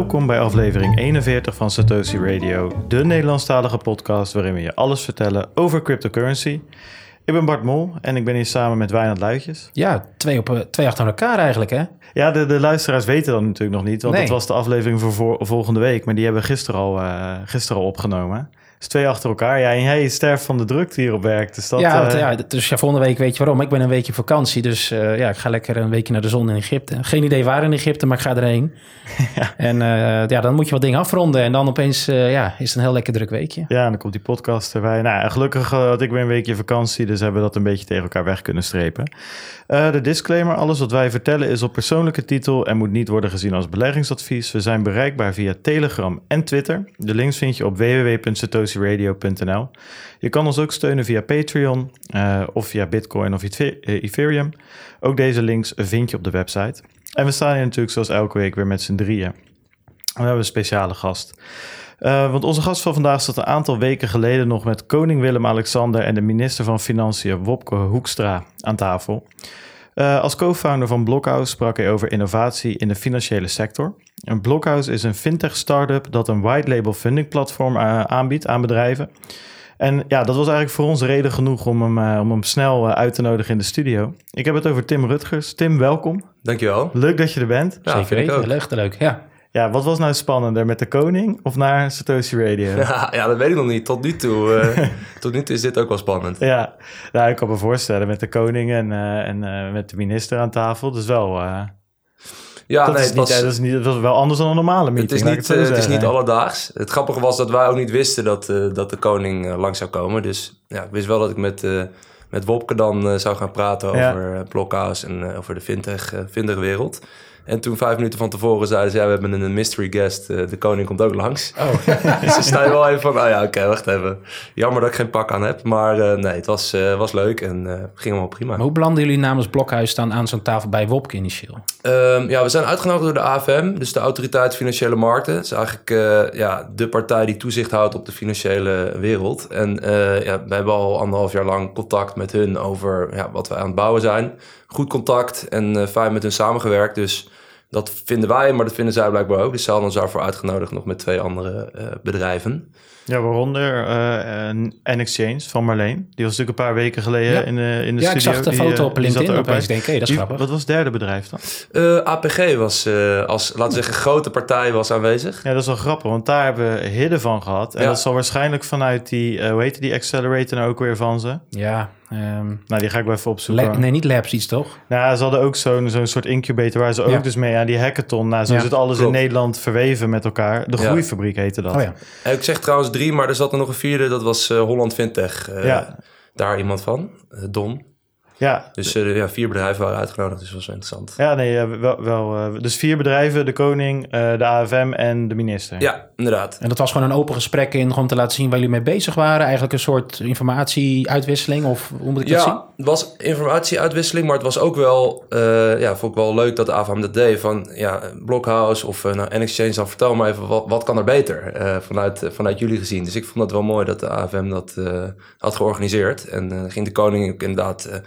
Welkom bij aflevering 41 van Satoshi Radio, de Nederlandstalige podcast waarin we je alles vertellen over cryptocurrency. Ik ben Bart Mol en ik ben hier samen met Wijnand Luitjes. Ja, twee achter elkaar eigenlijk, hè? Ja, de luisteraars weten dat natuurlijk nog niet, want Nee. dat was de aflevering voor volgende week, maar die hebben we gisteren al opgenomen. Dus 2 achter elkaar. Ja, en jij sterft van de drukte hier op werk. Dus dat, dus volgende week weet je waarom. Ik ben een weekje op vakantie, dus ik ga lekker een weekje naar de zon in Egypte. Geen idee waar in Egypte, maar ik ga erheen. Ja. En dan moet je wat dingen afronden en dan opeens is het een heel lekker druk weekje. Ja, en dan komt die podcast erbij. Nou, en gelukkig had ik weer een weekje vakantie, dus hebben we dat een beetje tegen elkaar weg kunnen strepen. De disclaimer, alles wat wij vertellen is op persoonlijke titel en moet niet worden gezien als beleggingsadvies. We zijn bereikbaar via Telegram en Twitter. De links vind je op www.satoshiradio.nl. Je kan ons ook steunen via Patreon of via Bitcoin of Ethereum. Ook deze links vind je op de website. En we staan hier natuurlijk zoals elke week weer met z'n drieën. We hebben een speciale gast. Want onze gast van vandaag zat een aantal weken geleden nog met koning Willem-Alexander en de minister van Financiën Wopke Hoekstra aan tafel. Als co-founder van Blockhouse sprak hij over innovatie in de financiële sector. En Blockhouse is een fintech-startup dat een white label funding platform aanbiedt aan bedrijven. En ja, dat was eigenlijk voor ons reden genoeg om hem snel uit te nodigen in de studio. Ik heb het over Tim Rutgers. Tim, welkom. Dankjewel. Leuk dat je er bent. Ja, zeker weten. Heel erg leuk, ja. Ja, wat was nou spannender, met de koning of naar Satoshi Radio? Ja, dat weet ik nog niet. Tot nu toe is dit ook wel spannend. Ja, nou, ik kan me voorstellen met de koning en met de minister aan tafel. Dus wel... Het was wel anders dan een normale meeting. Het is niet alledaags. Het grappige was dat wij ook niet wisten dat de koning langs zou komen. Dus ja, ik wist wel dat ik met Wopke dan zou gaan praten over Blockhouse en over de fintech-wereld. En toen 5 minuten van tevoren zeiden ze... we hebben een mystery guest, de koning komt ook langs. Oh. Dus dan sta je wel even van... oké, wacht even. Jammer dat ik geen pak aan heb. Maar nee, het was leuk en ging helemaal prima. Maar hoe belanden jullie namens Blockhuis dan aan zo'n tafel bij Wopke initieel? We zijn uitgenodigd door de AFM, dus de Autoriteit Financiële Markten. Dat is eigenlijk de partij die toezicht houdt op de financiële wereld. En we hebben al 1,5 jaar lang contact met hun over wat we aan het bouwen zijn. Goed contact en fijn met hun samengewerkt, dus... Dat vinden wij, maar dat vinden zij blijkbaar ook. Dus ze hadden ons daarvoor uitgenodigd nog met 2 andere bedrijven. Ja, waaronder N-Exchange van Marleen. Die was natuurlijk een paar weken geleden in de studio. Ja, ik zag de foto op LinkedIn opeens. Ik denk, dat is grappig. Wat was het derde bedrijf dan? APG was als, laten we zeggen, grote partij was aanwezig. Ja, dat is wel grappig, want daar hebben we Hidde van gehad. En dat zal waarschijnlijk vanuit die, hoe heet die accelerator nou ook weer van ze? Ja. Die ga ik wel even opzoeken. Nee, niet Labs iets, toch? Nou, ze hadden ook zo'n soort incubator waar ze ook dus mee aan die hackathon. Nou, zo zit alles in Nederland verweven met elkaar. De Groeifabriek heette dat. Oh, ja. Ik zeg trouwens 3, maar er zat er nog een 4e. Dat was Holland Fintech. Daar iemand van, Don. Ja. Dus 4 bedrijven waren uitgenodigd, dus dat was wel interessant. Ja, nee, wel. Dus 4 bedrijven, de koning, de AFM en de minister. Ja, inderdaad. En dat was gewoon een open gesprek in, gewoon te laten zien waar jullie mee bezig waren. Eigenlijk een soort informatieuitwisseling, of hoe moet ik dat zien? Ja, het was informatieuitwisseling, maar het was ook wel, vond ik wel leuk dat de AFM dat deed. Van, Blockhouse of N-Exchange, dan vertel maar even, wat kan er beter vanuit jullie gezien? Dus ik vond het wel mooi dat de AFM dat had georganiseerd. En ging de koning ook inderdaad...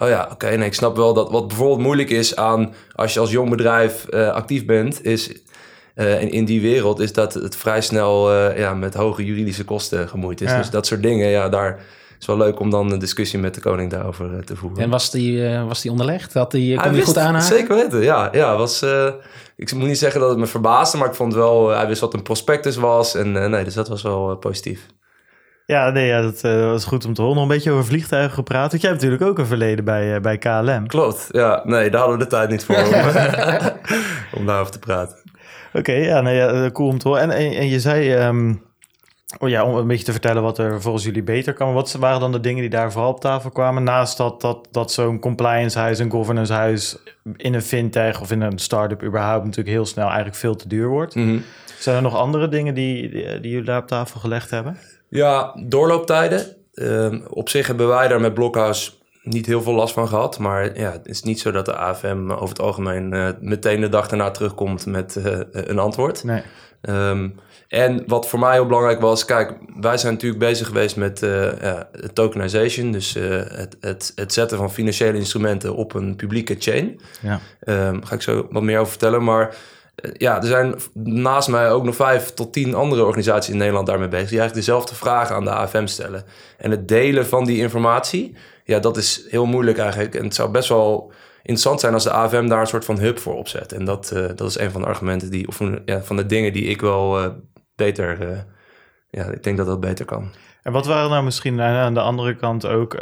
ik snap wel dat wat bijvoorbeeld moeilijk is aan... als je als jong bedrijf actief bent... is in die wereld is dat het vrij snel met hoge juridische kosten gemoeid is. Ja. Dus dat soort dingen, daar is wel leuk om dan een discussie met de koning daarover te voeren. En was die onderlegd? Kon die goed aanhaken? Zeker weten, ja. Ik moet niet zeggen dat het me verbaasde, maar ik vond wel... hij wist wat een prospectus was en dus dat was wel positief. Ja, dat was goed om te horen. Nog een beetje over vliegtuigen gepraat. Want jij hebt natuurlijk ook een verleden bij KLM. Klopt, ja. Nee, daar hadden we de tijd niet voor om daarover te praten. Oké, cool om te horen. En je zei, om een beetje te vertellen wat er volgens jullie beter kan. Wat waren dan de dingen die daar vooral op tafel kwamen? Naast dat zo'n compliance huis, een governance huis in een fintech of in een start-up überhaupt natuurlijk heel snel eigenlijk veel te duur wordt. Mm-hmm. Zijn er nog andere dingen die jullie daar op tafel gelegd hebben? Ja, doorlooptijden. Op zich hebben wij daar met Blockhouse niet heel veel last van gehad. Maar het is niet zo dat de AFM over het algemeen meteen de dag daarna terugkomt met een antwoord. Nee. En wat voor mij heel belangrijk was... Kijk, wij zijn natuurlijk bezig geweest met tokenization. Dus het zetten van financiële instrumenten op een publieke chain. Ja. Daar ga ik zo wat meer over vertellen. Maar er zijn naast mij ook nog 5 tot 10 andere organisaties in Nederland daarmee bezig, die eigenlijk dezelfde vragen aan de AFM stellen. En het delen van die informatie, dat is heel moeilijk eigenlijk. En het zou best wel interessant zijn als de AFM daar een soort van hub voor opzet. En dat is een van de argumenten van de dingen die ik wel beter... ik denk dat dat beter kan. En wat waren nou misschien aan de andere kant ook...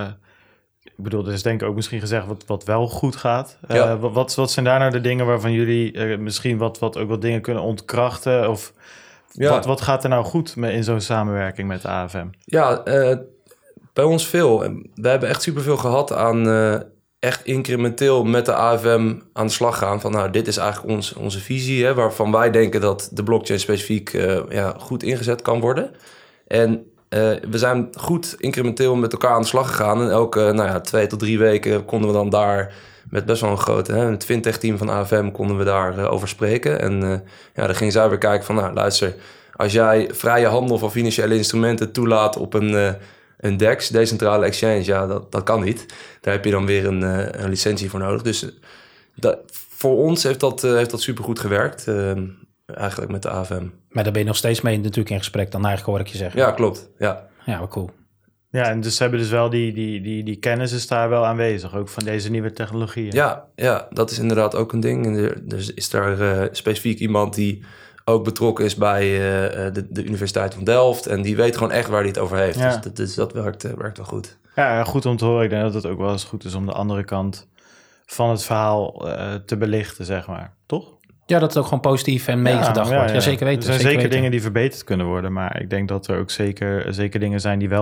ik bedoel, er is denk ik ook misschien gezegd wat wel goed gaat. Wat zijn daar nou de dingen waarvan jullie misschien wat dingen kunnen ontkrachten? Of wat gaat er nou goed in zo'n samenwerking met de AFM? Ja, bij ons veel. We hebben echt superveel gehad aan echt incrementeel met de AFM aan de slag gaan. Van dit is eigenlijk onze visie, hè, waarvan wij denken dat de blockchain specifiek goed ingezet kan worden. En we zijn goed incrementeel met elkaar aan de slag gegaan. En elke 2 tot 3 weken konden we dan daar met best wel een grote... het fintech-team van AFM konden we daar over spreken. En dan ging zij weer kijken van... luister, als jij vrije handel van financiële instrumenten toelaat op een DEX, decentrale exchange... dat kan niet. Daar heb je dan weer een licentie voor nodig. Dus voor ons heeft dat supergoed gewerkt... eigenlijk met de AFM. Maar daar ben je nog steeds mee natuurlijk in gesprek dan eigenlijk, hoor ik je zeggen. Ja, klopt. Ja, wel cool. Ja, en dus hebben dus wel die kennis is daar wel aanwezig, ook van deze nieuwe technologieën. Ja, dat is inderdaad ook een ding. En dus is daar specifiek iemand die ook betrokken is bij de Universiteit van Delft. En die weet gewoon echt waar hij het over heeft. Ja. Dus dat werkt wel goed. Ja, goed om te horen. Ik denk dat het ook wel eens goed is om de andere kant van het verhaal te belichten, zeg maar. Toch? Ja, dat het ook gewoon positief en meegedacht wordt. Ja, zeker weten. Er zijn zeker dingen die verbeterd kunnen worden. Maar ik denk dat er ook zeker dingen zijn die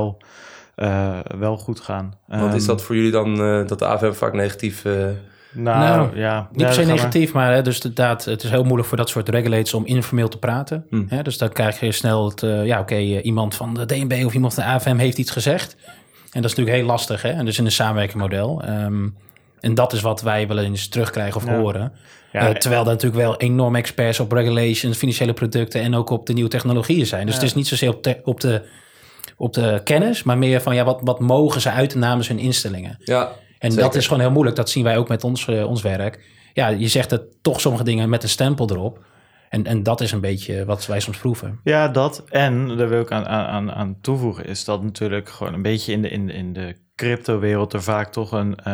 wel goed gaan. Wat is dat voor jullie dan, dat de AFM vaak negatief... Niet per se negatief, maar dus inderdaad, het is heel moeilijk voor dat soort regulators om informeel te praten. Dus dan krijg je snel iemand van de DNB of iemand van de AFM heeft iets gezegd. En dat is natuurlijk heel lastig, hè? En dus in een samenwerkingsmodel. En dat is wat wij wel eens terugkrijgen of horen. Ja, terwijl er natuurlijk wel enorm experts op regulations, financiële producten en ook op de nieuwe technologieën zijn. Dus het is niet zozeer op de kennis, maar meer van wat mogen ze uit namens hun instellingen. Ja, en zeker. Dat is gewoon heel moeilijk. Dat zien wij ook met ons werk. Ja, je zegt het toch sommige dingen met een stempel erop. En dat is een beetje wat wij soms proeven. Ja, dat. En daar wil ik aan toevoegen, is dat natuurlijk gewoon een beetje in de crypto-wereld er vaak toch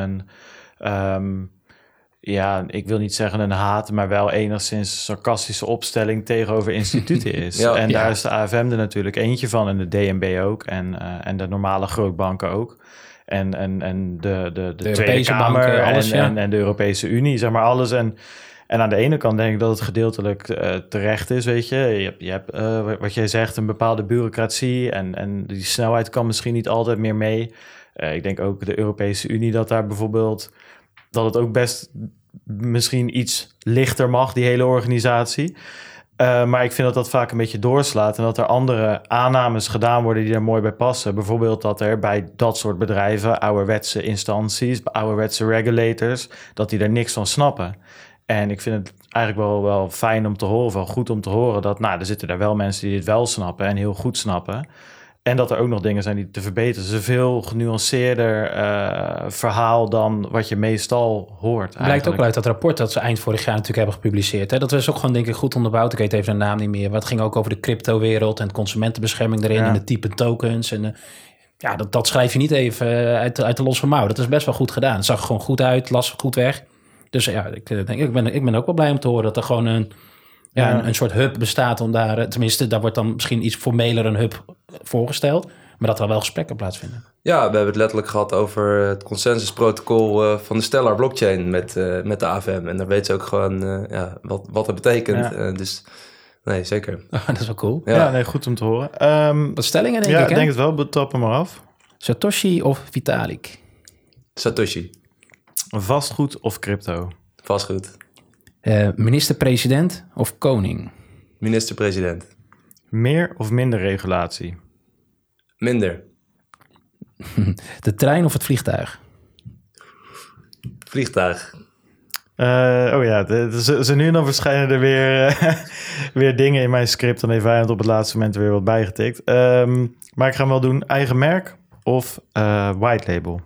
ik wil niet zeggen een haat, maar wel enigszins sarcastische opstelling tegenover instituten is. Daar is de AFM er natuurlijk eentje van en de DNB ook en de normale grootbanken ook. En de Tweede Kamer banken, alles, en de Europese Unie, zeg maar alles. En aan de ene kant denk ik dat het gedeeltelijk terecht is, weet je. Je hebt wat jij zegt, een bepaalde bureaucratie en die snelheid kan misschien niet altijd meer mee. Ik denk ook de Europese Unie dat daar bijvoorbeeld... dat het ook best misschien iets lichter mag, die hele organisatie. Maar ik vind dat vaak een beetje doorslaat... en dat er andere aannames gedaan worden die er mooi bij passen. Bijvoorbeeld dat er bij dat soort bedrijven... ouderwetse instanties, ouderwetse regulators... dat die er niks van snappen. En ik vind het eigenlijk wel fijn om te horen... wel goed om te horen dat... er zitten daar wel mensen die dit wel snappen... en heel goed snappen... En dat er ook nog dingen zijn die te verbeteren. Het is een veel genuanceerder verhaal dan wat je meestal hoort. Het blijkt ook wel uit dat rapport dat ze eind vorig jaar natuurlijk hebben gepubliceerd. Hè? Dat was ook gewoon denk ik goed onderbouwd. Ik weet even de naam niet meer. Wat ging ook over de cryptowereld en consumentenbescherming erin en de type tokens. En dat schrijf je niet even uit de losse mouw. Dat is best wel goed gedaan. Het zag gewoon goed uit, las goed weg. Dus ik ben ook wel blij om te horen dat er gewoon een soort hub bestaat om daar... tenminste, daar wordt dan misschien iets formeler een hub voorgesteld... maar dat er wel gesprekken plaatsvinden. Ja, we hebben het letterlijk gehad over het consensusprotocol van de Stellar blockchain met de AFM. En daar weet ze ook gewoon wat dat betekent. Ja. Dus nee, zeker. Dat is wel cool. Ja, goed om te horen. Wat stellingen denk ik, hè? Ja, ik denk het wel. Trap hem maar af. Satoshi of Vitalik? Satoshi. Vastgoed of crypto? Vastgoed. Minister-president of koning? Minister-president. Meer of minder regulatie? Minder. De trein of het vliegtuig? Vliegtuig. Zo nu en dan verschijnen er weer dingen in mijn script. Dan heeft Wijnand op het laatste moment weer wat bijgetikt. Maar ik ga hem wel doen. Eigen merk of white label?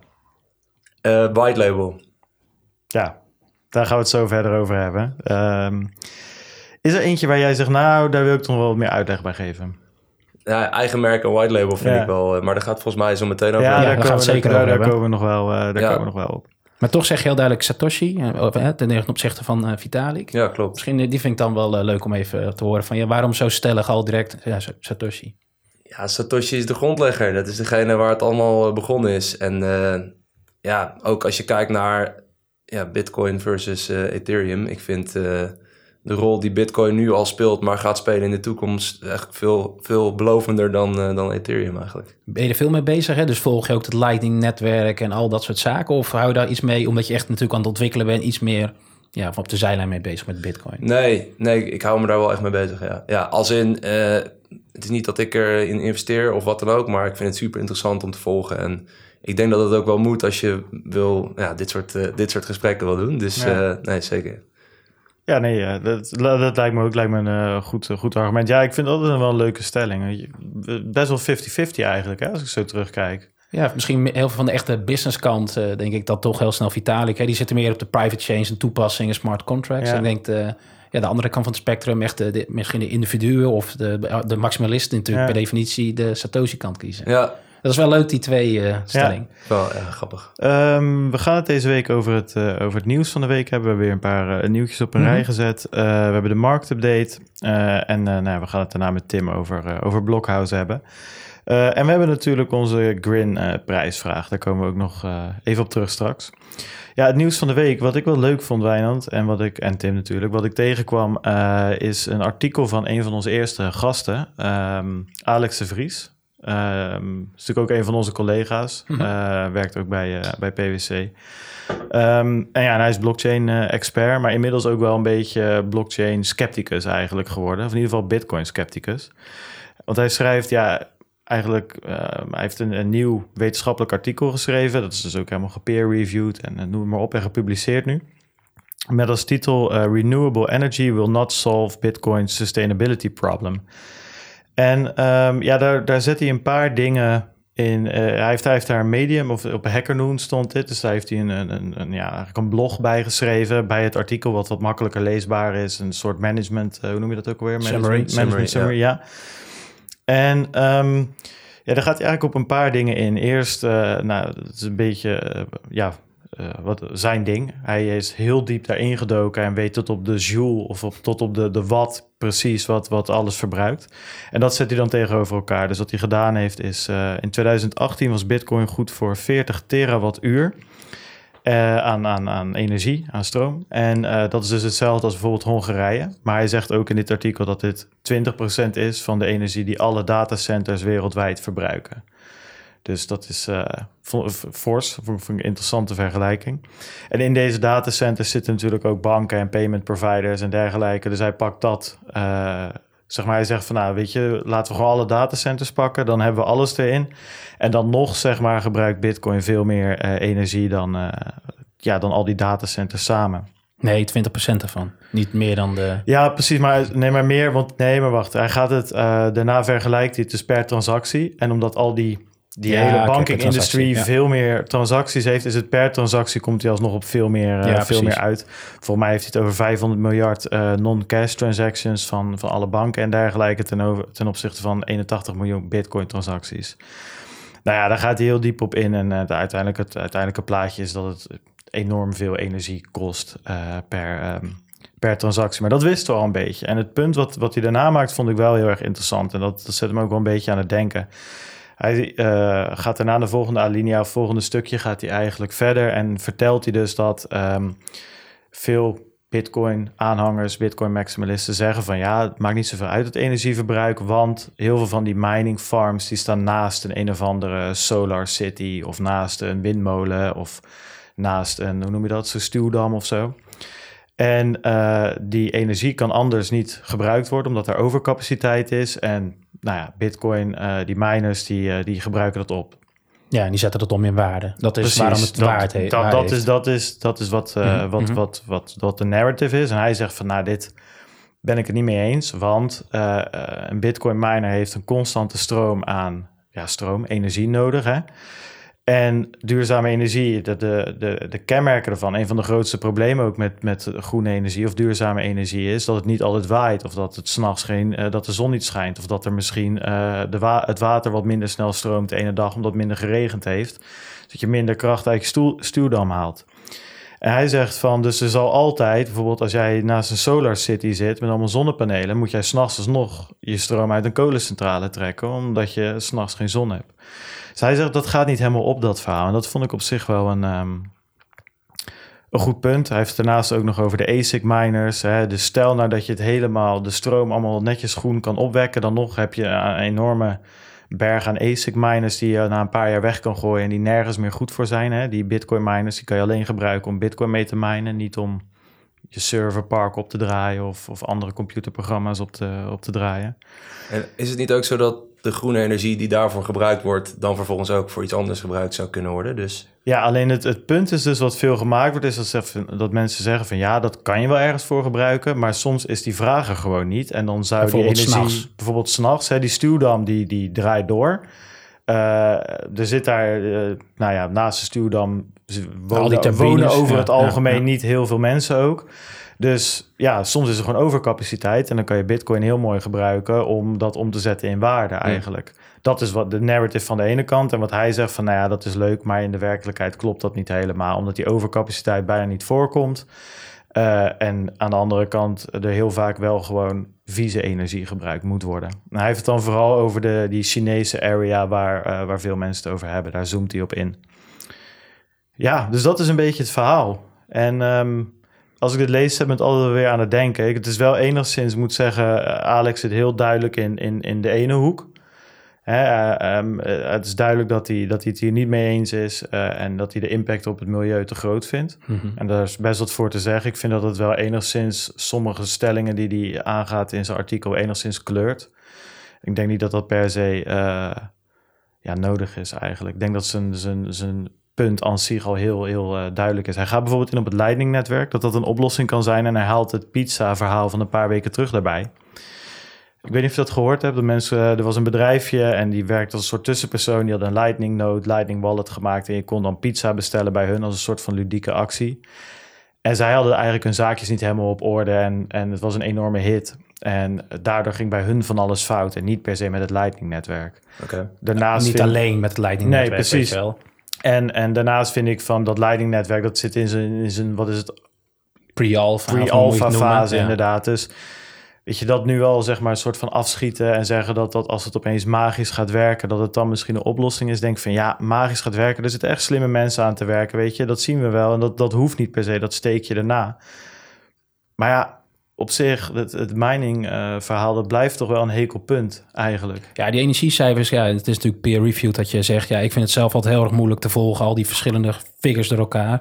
White label. Ja. Daar gaan we het zo verder over hebben. Is er eentje waar jij zegt, nou, daar wil ik toch wel wat meer uitleg bij geven? Ja, eigen merk en white label vind ik wel. Maar daar gaat volgens mij zo meteen over. Ja, daar gaan we zeker over daar hebben. komen we nog wel, komen we nog wel op. Maar toch zeg je heel duidelijk Satoshi, ten opzichte van Vitalik. Ja, klopt. Misschien die vind ik dan wel leuk om even te horen van waarom zo stellig al direct Satoshi? Ja, Satoshi is de grondlegger. Dat is degene waar het allemaal begonnen is. En ook als je kijkt naar Bitcoin versus Ethereum. Ik vind de rol die Bitcoin nu al speelt, maar gaat spelen in de toekomst, echt veel belovender dan Ethereum eigenlijk. Ben je er veel mee bezig? Hè? Dus volg je ook het Lightning-netwerk en al dat soort zaken? Of hou je daar iets mee, omdat je echt natuurlijk aan het ontwikkelen bent, iets meer op de zijlijn mee bezig met Bitcoin? Nee, ik hou me daar wel echt mee bezig, ja. Ja, als in, het is niet dat ik erin investeer of wat dan ook, maar ik vind het super interessant om te volgen. En ik denk dat het ook wel moet als je wil dit soort gesprekken wil doen. Dus nee, zeker. Ja, nee, dat lijkt me een goed argument. Ja, ik vind dat wel een leuke stelling. Best wel 50-50 eigenlijk, hè, als ik zo terugkijk. Ja, misschien heel veel van de echte businesskant denk ik dat toch heel snel Vitalik. Hè, die zitten meer op de private chains en toepassingen, smart contracts. Ja. En ik denk de andere kant van het spectrum, echt misschien de individuen of de maximalisten natuurlijk per definitie de Satoshi-kant kiezen. Ja. Dat is wel leuk, die twee stellingen. Wel grappig. We gaan het deze week over het nieuws van de week hebben. We hebben weer een paar nieuwtjes op een rij gezet. We hebben de marktupdate. We gaan het daarna met Tim over Blockhouse hebben. En we hebben natuurlijk onze Grin-prijsvraag. Daar komen we ook nog even op terug straks. Ja, het nieuws van de week. Wat ik wel leuk vond, Wijnand, en Tim natuurlijk. Wat ik tegenkwam is een artikel van een van onze eerste gasten. Alex de Vries. Is natuurlijk ook een van onze collega's. Werkt ook bij PwC. En hij is blockchain-expert, maar inmiddels ook wel een beetje blockchain-scepticus eigenlijk geworden. Of in ieder geval Bitcoin-scepticus. Want hij schrijft, hij heeft een nieuw wetenschappelijk artikel geschreven. Dat is dus ook helemaal gepeer-reviewed en noem maar op en gepubliceerd nu. Met als titel Renewable Energy Will Not Solve Bitcoin's Sustainability Problem. En daar zet hij een paar dingen in. Hij heeft daar een medium, of op Hackernoon stond dit. Dus daar heeft hij eigenlijk een blog bij geschreven bij het artikel, wat makkelijker leesbaar is. Een soort management, hoe noem je dat ook alweer? Management summary, ja. En daar gaat hij eigenlijk op een paar dingen in. Eerst, dat is een beetje, wat zijn ding. Hij is heel diep daarin gedoken en weet tot op de joule of tot op de watt precies wat alles verbruikt. En dat zet hij dan tegenover elkaar. Dus wat hij gedaan heeft is, in 2018 was Bitcoin goed voor 40 terawattuur aan energie, aan stroom. En dat is dus hetzelfde als bijvoorbeeld Hongarije. Maar hij zegt ook in dit artikel dat dit 20% is van de energie die alle datacenters wereldwijd verbruiken. Dus dat is fors, vond ik een interessante vergelijking. En in deze datacenters zitten natuurlijk ook banken en payment providers en dergelijke. Dus hij pakt dat, hij zegt van weet je, laten we gewoon alle datacenters pakken. Dan hebben we alles erin. En dan nog, gebruikt Bitcoin veel meer energie dan al die datacenters samen. Nee, 20% ervan. Niet meer dan de... Ja, precies. Maar meer, maar wacht. Hij gaat het, daarna vergelijkt hij het dus per transactie. En omdat al die hele banking-industrie veel meer transacties heeft, is het per transactie komt hij alsnog op veel meer uit. Volgens mij heeft hij het over 500 miljard non-cash transactions van alle banken en dergelijke ten opzichte van 81 miljoen Bitcoin-transacties. Nou ja, daar gaat hij heel diep op in. En het uiteindelijke plaatje is dat het enorm veel energie kost per transactie. Maar dat wisten we al een beetje. En het punt wat hij daarna maakt, vond ik wel heel erg interessant. En dat zet hem ook wel een beetje aan het denken. Hij gaat daarna de volgende alinea, of volgende stukje, gaat hij eigenlijk verder. En vertelt hij dus dat veel Bitcoin-aanhangers, Bitcoin-maximalisten zeggen van het maakt niet zoveel uit het energieverbruik, want heel veel van die mining farms die staan naast een of andere solar city of naast een windmolen of naast een, hoe noem je dat, zo'n stuwdam of zo. En die energie kan anders niet gebruikt worden omdat er overcapaciteit is. En Bitcoin, die miners, die gebruiken dat op. Ja, en die zetten dat om in waarde. Dat is precies, waarom het waard heeft. Dat is wat de narrative is. En hij zegt van, dit ben ik het niet mee eens. Want een Bitcoin miner heeft een constante stroom aan energie nodig. Hè? En duurzame energie, de kenmerken ervan, een van de grootste problemen ook met groene energie of duurzame energie is dat het niet altijd waait of dat het 's nachts dat de zon niet schijnt of dat er misschien het water wat minder snel stroomt de ene dag omdat het minder geregend heeft. Dat je minder kracht uit je stuwdam haalt. En hij zegt van, dus er zal altijd, bijvoorbeeld als jij naast een solar city zit met allemaal zonnepanelen, moet jij 's nachts alsnog je stroom uit een kolencentrale trekken, omdat je 's nachts geen zon hebt. Dus hij zegt, dat gaat niet helemaal op dat verhaal. En dat vond ik op zich wel een goed punt. Hij heeft daarnaast ook nog over de ASIC miners. Hè. Dus stel nou dat je de stroom allemaal netjes groen kan opwekken, dan nog heb je een enorme berg aan ASIC miners die je na een paar jaar weg kan gooien en die nergens meer goed voor zijn. Hè. Die Bitcoin miners, die kan je alleen gebruiken om Bitcoin mee te minen, niet om je serverpark op te draaien of andere computerprogramma's op te draaien. En is het niet ook zo dat de groene energie die daarvoor gebruikt wordt, dan vervolgens ook voor iets anders gebruikt zou kunnen worden? Dus... Ja, alleen het punt is dus wat veel gemaakt wordt, is dat mensen zeggen van ja, dat kan je wel ergens voor gebruiken, maar soms is die vraag er gewoon niet. En dan zou die energie, bijvoorbeeld 's nachts, die stuwdam die draait door. Er zit daar, naast de stuwdam wonen over het algemeen niet heel veel mensen ook. Dus ja, soms is er gewoon overcapaciteit en dan kan je Bitcoin heel mooi gebruiken om dat om te zetten in waarde eigenlijk. Dat is wat de narrative van de ene kant. En wat hij zegt van, nou ja, dat is leuk, maar in de werkelijkheid klopt dat niet helemaal, omdat die overcapaciteit bijna niet voorkomt. En aan de andere kant er heel vaak wel gewoon vieze energie gebruikt moet worden. En hij heeft het dan vooral over die Chinese area waar veel mensen het over hebben. Daar zoomt hij op in. Ja, dus dat is een beetje het verhaal. En als ik dit lees, ben ik altijd weer aan het denken. Het is wel enigszins, moet zeggen, Alex zit heel duidelijk in de ene hoek. Het is duidelijk dat hij het hier niet mee eens is en dat hij de impact op het milieu te groot vindt. Mm-hmm. En daar is best wat voor te zeggen. Ik vind dat het wel enigszins sommige stellingen die hij aangaat in zijn artikel enigszins kleurt. Ik denk niet dat dat per se nodig is eigenlijk. Ik denk dat zijn punt aan zich al heel duidelijk is. Hij gaat bijvoorbeeld in op het Lightning-netwerk, dat een oplossing kan zijn en hij haalt het pizza-verhaal van een paar weken terug daarbij. Ik weet niet of je dat gehoord hebt. Er was een bedrijfje en die werkte als een soort tussenpersoon. Die had een Lightning Node, Lightning Wallet gemaakt en je kon dan pizza bestellen bij hun als een soort van ludieke actie. En zij hadden eigenlijk hun zaakjes niet helemaal op orde en het was een enorme hit. En daardoor ging bij hun van alles fout en niet per se met het Lightning-netwerk. Okay. Niet alleen met het Lightning-netwerk. Nee, precies. Wel. En daarnaast vind ik van dat Lightning-netwerk, dat zit in zijn wat is het? Pre-alpha fase, inderdaad. Dus weet je, dat nu al zeg maar een soort van afschieten en zeggen dat als het opeens magisch gaat werken, dat het dan misschien een oplossing is. Denk van ja, magisch gaat werken. Er zitten echt slimme mensen aan te werken, weet je. Dat zien we wel en dat hoeft niet per se, dat steek je erna. Maar ja, op zich, het mining verhaal, dat blijft toch wel een hekelpunt eigenlijk. Ja, die energiecijfers, het is natuurlijk peer-reviewed dat je zegt, ja, ik vind het zelf altijd heel erg moeilijk te volgen, al die verschillende figures door elkaar.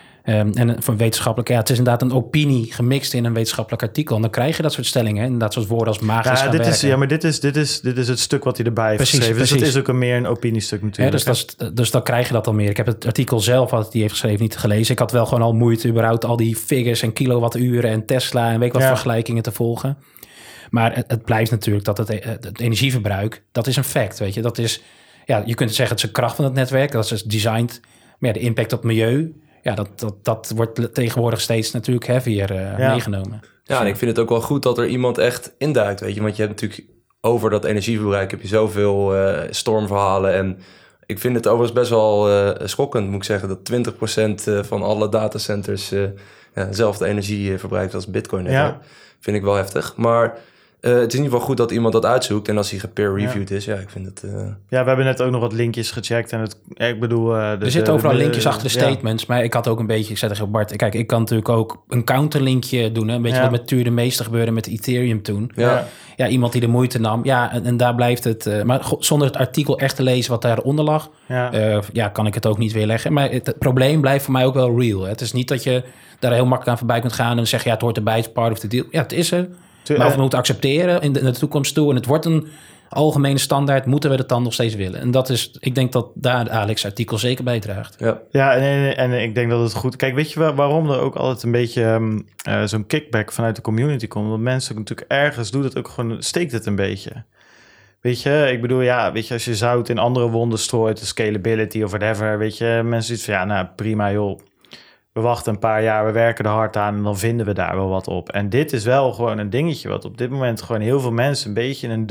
En voor wetenschappelijk, het is inderdaad een opinie gemixt in een wetenschappelijk artikel. En dan krijg je dat soort stellingen, hè? Inderdaad, zoals woorden als magisch gaan werken. Maar dit is het stuk wat hij erbij heeft geschreven. Dus dat is ook meer een opiniestuk natuurlijk. Dus dan krijg je dat al meer. Ik heb het artikel zelf, wat hij heeft geschreven, niet gelezen. Ik had wel gewoon al moeite überhaupt al die figures en kilowatturen en Tesla en weet ik wat vergelijkingen te volgen. Maar het blijft natuurlijk dat het energieverbruik, dat is een fact, weet je. Dat is, je kunt zeggen, het is een kracht van het netwerk. Dat is designed. Maar de impact op het milieu, dat wordt tegenwoordig steeds natuurlijk heavier meegenomen. Ja, en ik vind het ook wel goed dat er iemand echt induikt, weet je. Want je hebt natuurlijk over dat energieverbruik heb je zoveel stormverhalen. En ik vind het overigens best wel schokkend, moet ik zeggen, dat 20% van alle datacenters dezelfde energie verbruikt als Bitcoin. Ja. Vind ik wel heftig. Maar het is in ieder geval goed dat iemand dat uitzoekt. En als hij gepeer-reviewed is, ik vind het... Ja, we hebben net ook nog wat linkjes gecheckt. En ik bedoel... er zitten overal linkjes achter de statements. Maar ik had ook een beetje... Ik zei tegen Bart, kijk, ik kan natuurlijk ook een counterlinkje doen. Hè? Een beetje wat met Tuur de Meester gebeurde met Ethereum toen. Ja, iemand die de moeite nam. Ja, en daar blijft het... maar zonder het artikel echt te lezen wat daaronder lag... kan ik het ook niet weerleggen. Maar het probleem blijft voor mij ook wel real. Hè? Het is niet dat je daar heel makkelijk aan voorbij kunt gaan... en zeggen, het hoort erbij, het is part of the deal. Ja, het is er. Maar we moeten accepteren in de toekomst toe. En het wordt een algemene standaard. Moeten we het dan nog steeds willen? En dat is, ik denk dat daar Alex' artikel zeker bijdraagt. En ik denk dat het goed... Kijk, weet je waarom er ook altijd een beetje zo'n kickback vanuit de community komt? Want mensen natuurlijk ergens doet het ook gewoon, steekt het een beetje. Weet je, ik bedoel, weet je, als je zout in andere wonden strooit, de scalability of whatever, weet je, mensen iets van, prima joh. We wachten een paar jaar, we werken er hard aan en dan vinden we daar wel wat op. En dit is wel gewoon een dingetje wat op dit moment gewoon heel veel mensen een beetje in een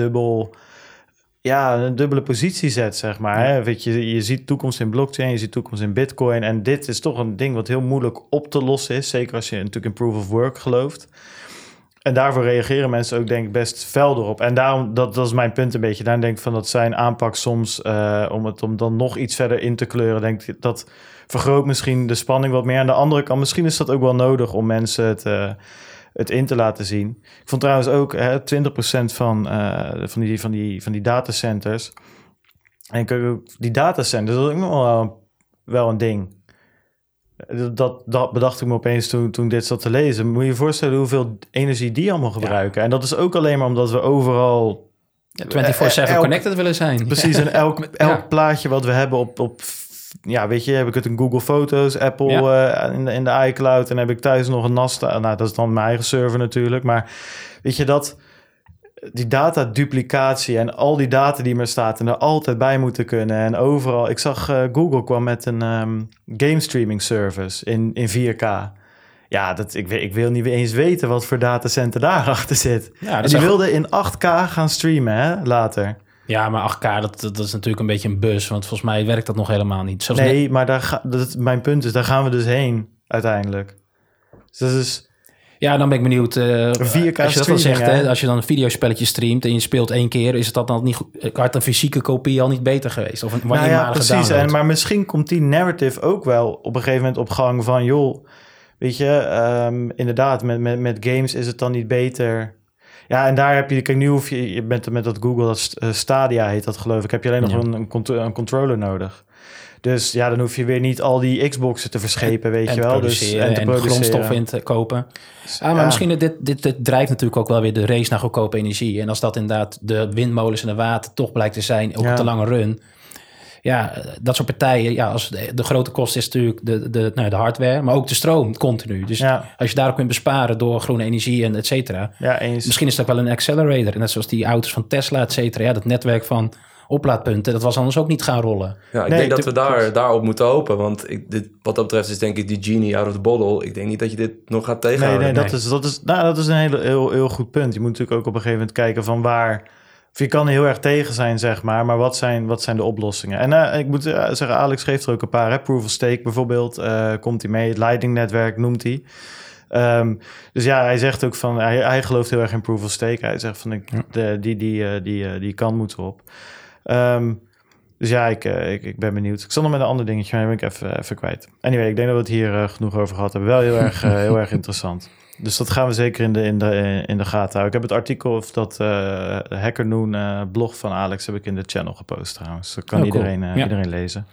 dubbele positie zet, zeg maar. Hè? Weet je ziet toekomst in blockchain, je ziet toekomst in bitcoin. En dit is toch een ding wat heel moeilijk op te lossen is. Zeker als je natuurlijk in proof of work gelooft. En daarvoor reageren mensen ook denk ik best fel erop. En daarom, dat is mijn punt een beetje. Daarom denk ik van dat zijn aanpak soms, om dan nog iets verder in te kleuren, denk ik dat vergroot misschien de spanning wat meer. Aan de andere kant, misschien is dat ook wel nodig om mensen het in te laten zien. Ik vond trouwens ook 20% van die datacenters. En ik ook die datacenters, dat is ook nog wel een ding. Dat bedacht ik me opeens toen dit zat te lezen. Moet je je voorstellen hoeveel energie die allemaal gebruiken. Ja. En dat is ook alleen maar omdat we overal 24/7 connected willen zijn. Precies, en elk plaatje wat we hebben op weet je, heb ik het in Google Foto's, Apple in de iCloud en heb ik thuis nog een NAS. Nou, dat is dan mijn eigen server natuurlijk. Maar weet je dat die data-duplicatie en al die data die maar staat en er altijd bij moeten kunnen. En overal, ik zag Google kwam met een game streaming service in 4K. Ja, ik wil niet eens weten wat voor datacenter daarachter zit. Ja, en die wilde in 8K gaan streamen, hè, later. Ja, maar 8K, dat is natuurlijk een beetje een bus. Want volgens mij werkt dat nog helemaal niet. Maar mijn punt is, daar gaan we dus heen uiteindelijk. Dus dat is... Ja, dan ben ik benieuwd. 4K als je dat dan zegt, hè, als je dan een videospelletje streamt en je speelt 1 keer, is het dat dan niet goed? Had een fysieke kopie al niet beter geweest? Of precies. Maar misschien komt die narrative ook wel op een gegeven moment op gang van, joh, weet je, inderdaad, met games is het dan niet beter. Ja, en daar heb je, kijk, nu hoef je bent met dat Google, dat Stadia heet dat geloof ik, heb je alleen nog een controller nodig. Dus ja, dan hoef je weer niet al die Xboxen te verschepen, weet je wel. En grondstoffen in te kopen. Maar misschien, dit drijft natuurlijk ook wel weer de race naar goedkope energie. En als dat inderdaad de windmolens en de water toch blijkt te zijn, ook op de lange run. Ja, dat soort partijen, als de grote kost is natuurlijk de hardware, maar ook de stroom continu. Dus als je daarop kunt besparen door groene energie en et cetera. Ja, misschien is dat wel een accelerator. En net zoals die auto's van Tesla, et cetera. Ja, dat netwerk van oplaadpunten, dat was anders ook niet gaan rollen. Ja, ik denk dat we daarop moeten hopen. Want wat dat betreft is denk ik die genie out of the bottle. Ik denk niet dat je dit nog gaat tegenhouden. Dat is een heel goed punt. Je moet natuurlijk ook op een gegeven moment kijken van waar... Of je kan er heel erg tegen zijn, zeg maar wat zijn de oplossingen? En ik moet zeggen, Alex geeft er ook een paar. Hè? Proof of Stake bijvoorbeeld, komt hij mee. Het Lightning-netwerk noemt hij. Dus ja, hij zegt ook van... Hij gelooft heel erg in Proof of Stake. Hij zegt van, die kant moeten we op. Dus ja, ik ben benieuwd. Ik zal nog met een ander dingetje, maar ben ik even kwijt. Anyway, ik denk dat we het hier genoeg over gehad hebben. Wel heel erg interessant. Dus dat gaan we zeker in de gaten houden. Ik heb het artikel of dat Hacker Noon blog van Alex heb ik in de channel gepost trouwens. Dat kan iedereen lezen.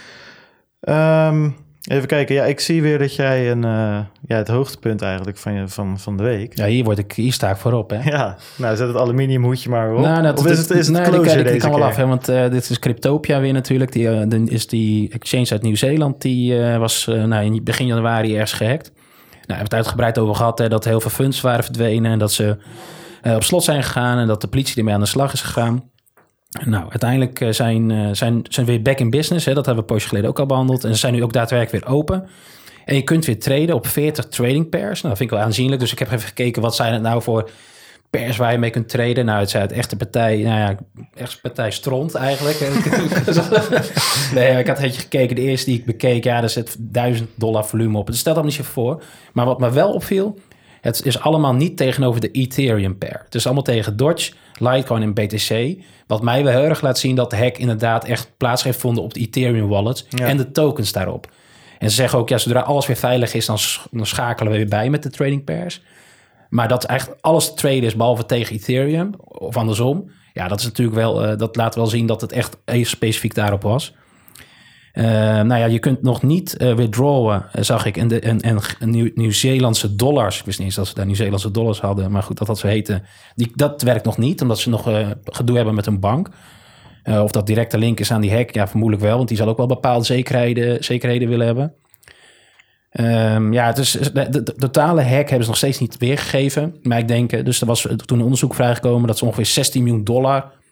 Even kijken. Ja, ik zie weer dat jij het hoogtepunt eigenlijk van de week. Ja, hier sta ik voorop, hè? Ja, nou zet het aluminiumhoedje maar op. Of is het closure die kan wel af, hè? Want dit is Cryptopia weer natuurlijk. Die exchange uit Nieuw-Zeeland. Die was in begin januari ergens gehackt. We hebben het uitgebreid over gehad, hè, dat heel veel funds waren verdwenen en dat ze op slot zijn gegaan en dat de politie ermee aan de slag is gegaan. Nou, uiteindelijk zijn weer back in business. Hè, dat hebben we een poosje geleden ook al behandeld. En ze zijn nu ook daadwerkelijk weer open. En je kunt weer traden op 40 trading pairs. Nou, dat vind ik wel aanzienlijk. Dus ik heb even gekeken, wat zijn het nou voor pairs waar je mee kunt traden? Nou, het zijn het echte partij, echt partij stront eigenlijk. Nee, ik had een beetje gekeken. De eerste die ik bekeek, daar zit $1,000 volume op. Het stelt allemaal niet zo voor. Maar wat me wel opviel, het is allemaal niet tegenover de Ethereum pair. Het is allemaal tegen Doge, Litecoin en BTC. Wat mij wel heel erg laat zien dat de hack inderdaad echt plaats heeft gevonden op de Ethereum wallets en de tokens daarop. En ze zeggen ook, zodra alles weer veilig is, dan schakelen we weer bij met de trading pairs. Maar dat eigenlijk alles te traden is, behalve tegen Ethereum, of andersom. Ja, dat is natuurlijk wel, dat laat wel zien dat het echt even specifiek daarop was. Je kunt nog niet withdrawen, zag ik. En Nieuw-Zeelandse dollars. Ik wist niet eens dat ze daar Nieuw-Zeelandse dollars hadden. Maar goed, dat ze heten. Dat werkt nog niet, omdat ze nog gedoe hebben met een bank. Of dat directe link is aan die hack. Ja, vermoedelijk wel, want die zal ook wel bepaalde zekerheden willen hebben. Het is de totale hack hebben ze nog steeds niet weergegeven. Maar ik denk, dus er was toen een onderzoek vrijgekomen dat ze ongeveer $16 miljoen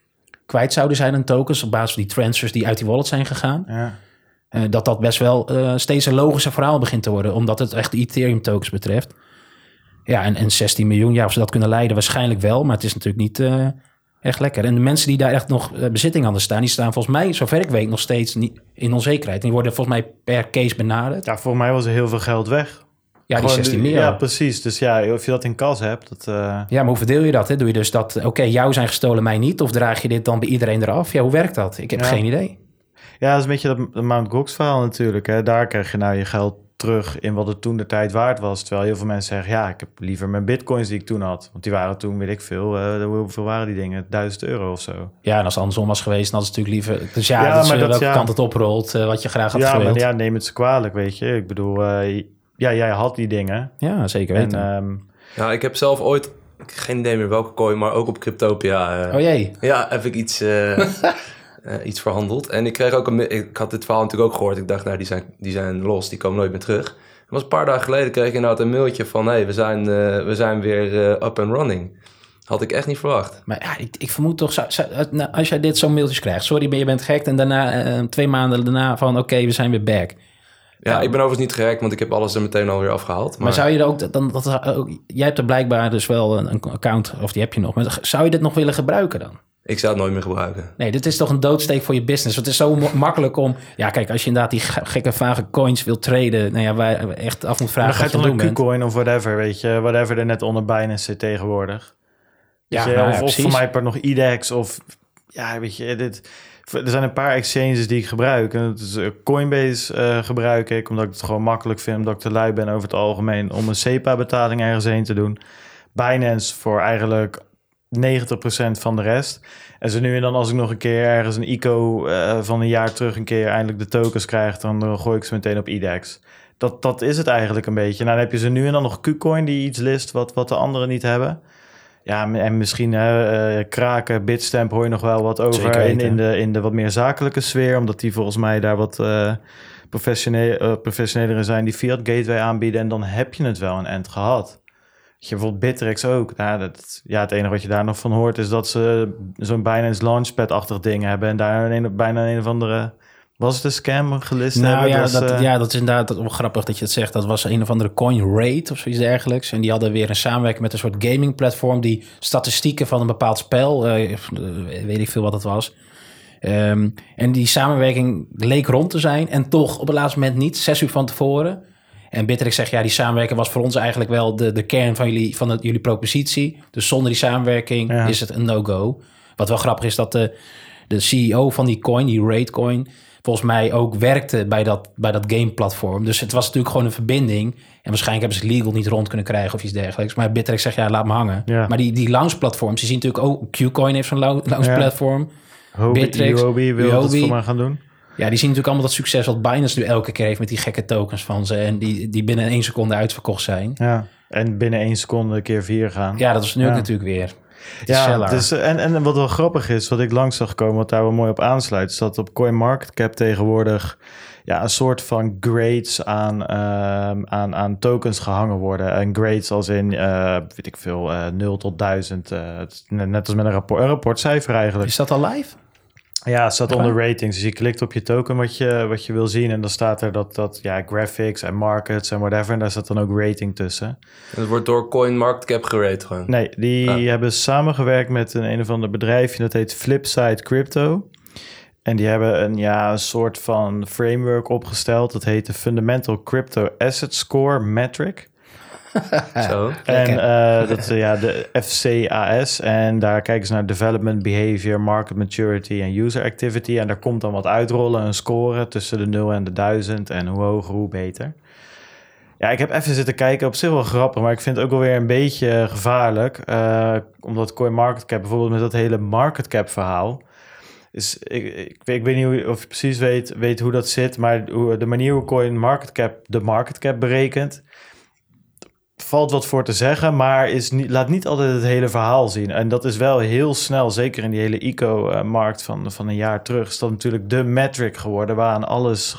kwijt zouden zijn aan tokens op basis van die transfers die uit die wallet zijn gegaan. Ja. Dat best wel steeds een logischer verhaal begint te worden, omdat het echt de Ethereum tokens betreft. Ja, en 16 miljoen, ja, of ze dat kunnen leiden, waarschijnlijk wel, maar het is natuurlijk niet echt lekker. En de mensen die daar echt nog bezitting aan staan, die staan volgens mij, zover ik weet, nog steeds niet in onzekerheid. En die worden volgens mij per case benaderd. Ja, voor mij was er heel veel geld weg. Ja, die 16 miljoen. Ja, precies. Dus ja, of je dat in kas hebt, dat... Ja, maar hoe verdeel je dat? Hè? Doe je dus dat, oké, jou zijn gestolen, mij niet? Of draag je dit dan bij iedereen eraf? Ja, hoe werkt dat? Ik heb geen idee. Ja, dat is een beetje dat Mt. Gox verhaal natuurlijk. Hè. Daar krijg je nou je geld terug in wat het toen de tijd waard was. Terwijl heel veel mensen zeggen, ja, ik heb liever mijn bitcoins die ik toen had. Want die waren toen, weet ik veel, hoeveel waren die dingen? €1000 of zo. Ja, en als het andersom was geweest, dan had het natuurlijk liever... Dus ja, dat is welke kant het oprolt, wat je graag had gewild. Maar ja, neem het ze kwalijk, weet je. Ik bedoel, jij had die dingen. Ja, zeker weten. Ja, ik heb zelf ooit, geen idee meer welke coin, maar ook op Cryptopia. Oh jee. Ja, heb ik iets verhandeld. En ik kreeg ook ik had dit verhaal natuurlijk ook gehoord. Ik dacht, nou, die zijn los, die komen nooit meer terug. Het was een paar dagen geleden, kreeg ik inderdaad een mailtje van, hey, we zijn weer up and running. Had ik echt niet verwacht. Maar ja, ik vermoed toch, als jij dit zo'n mailtjes krijgt, sorry, je bent gehackt, en daarna 2 maanden daarna van, oké, we zijn weer back. Ja, ik ben overigens niet gehackt, want ik heb alles er meteen alweer afgehaald. Maar zou je er ook, jij hebt er blijkbaar dus wel een account, of die heb je nog, maar zou je dit nog willen gebruiken dan? Ik zou het nooit meer gebruiken. Nee, dit is toch een doodsteek voor je business. Het is zo makkelijk om... Ja, kijk, als je inderdaad die gekke vage coins wil traden... Nou ja, waar echt af moet vragen dan ga je toch een Qcoin of whatever, weet je. Whatever er net onder Binance zit tegenwoordig. Ja, nou of voor mij nog IDEX of... Ja, weet je, er zijn een paar exchanges die ik gebruik. En dus Coinbase gebruik ik, omdat ik het gewoon makkelijk vind. Omdat ik te lui ben over het algemeen om een SEPA-betaling ergens heen te doen. Binance voor eigenlijk 90% van de rest. En zo nu en dan als ik nog een keer ergens een ICO van een jaar terug een keer eindelijk de tokens krijg, dan gooi ik ze meteen op IDEX. Dat is het eigenlijk een beetje. Nou, dan heb je ze nu en dan nog Qcoin die iets list wat de anderen niet hebben. Ja, en misschien Kraken, Bitstamp hoor je nog wel wat over in de wat meer zakelijke sfeer, omdat die volgens mij daar wat professioneler zijn, die Fiat Gateway aanbieden. En dan heb je het wel een end gehad. Je bijvoorbeeld Bittrex ook. Nou, het enige wat je daar nog van hoort is dat ze zo'n Binance Launchpad-achtig ding hebben en daar bijna een of andere... Was het een scam gelist hebben? Dat is inderdaad wel grappig dat je het zegt. Dat was een of andere CoinRate of zoiets dergelijks. En die hadden weer een samenwerking met een soort gaming-platform die statistieken van een bepaald spel, weet ik veel wat het was. En die samenwerking leek rond te zijn en toch op het laatste moment niet, 6 uur van tevoren. En Bittrex zegt, ja, die samenwerking was voor ons eigenlijk wel de kern van jullie propositie. Dus zonder die samenwerking is het een no-go. Wat wel grappig is dat de CEO van die coin, die Ratecoin, volgens mij ook werkte bij dat game-platform. Dus het was natuurlijk gewoon een verbinding. En waarschijnlijk hebben ze het legal niet rond kunnen krijgen of iets dergelijks. Maar Bittrex zegt, ja, laat me hangen. Ja. Maar die launch-platforms, die zien natuurlijk ook... Qcoin heeft zo'n launch-platform. Bittrex, Huobi wil dat voor mij gaan doen. Ja, die zien natuurlijk allemaal dat succes wat Binance nu elke keer heeft met die gekke tokens van ze. En die binnen 1 seconde uitverkocht zijn. Ja, en binnen 1 seconde keer 4 gaan. Ja, dat is nu ook natuurlijk weer. Ja, dus, en wat wel grappig is, wat ik langs zag komen, wat daar wel mooi op aansluit, is dat op CoinMarketCap tegenwoordig een soort van grades aan tokens gehangen worden. En grades als in, weet ik veel, 0 tot 1000. Net als met een rapportcijfer eigenlijk. Is dat al live? Ja, het staat onder ratings. Dus je klikt op je token wat je wil zien. En dan staat er dat graphics en markets en whatever. En daar staat dan ook rating tussen. En het wordt door CoinMarketCap gerate gewoon? Nee, die hebben samengewerkt met een of ander bedrijfje. Dat heet Flipside Crypto. En die hebben een soort van framework opgesteld. Dat heet de Fundamental Crypto Asset Score Metric. Zo. En de FCAS. En daar kijken ze naar development, behavior, market maturity en user activity. En daar komt dan wat uitrollen, een score tussen de 0 en de 1000. En hoe hoger, hoe beter. Ja, ik heb even zitten kijken. Op zich wel grappig, maar ik vind het ook wel weer een beetje gevaarlijk. Omdat CoinMarketCap bijvoorbeeld met dat hele marketcap verhaal. Dus ik weet niet of je precies weet hoe dat zit. Maar de manier hoe CoinMarketCap de marketcap berekent, valt wat voor te zeggen, maar laat niet altijd het hele verhaal zien. En dat is wel heel snel, zeker in die hele ICO-markt van een jaar terug, is dat natuurlijk de metric geworden waaraan alles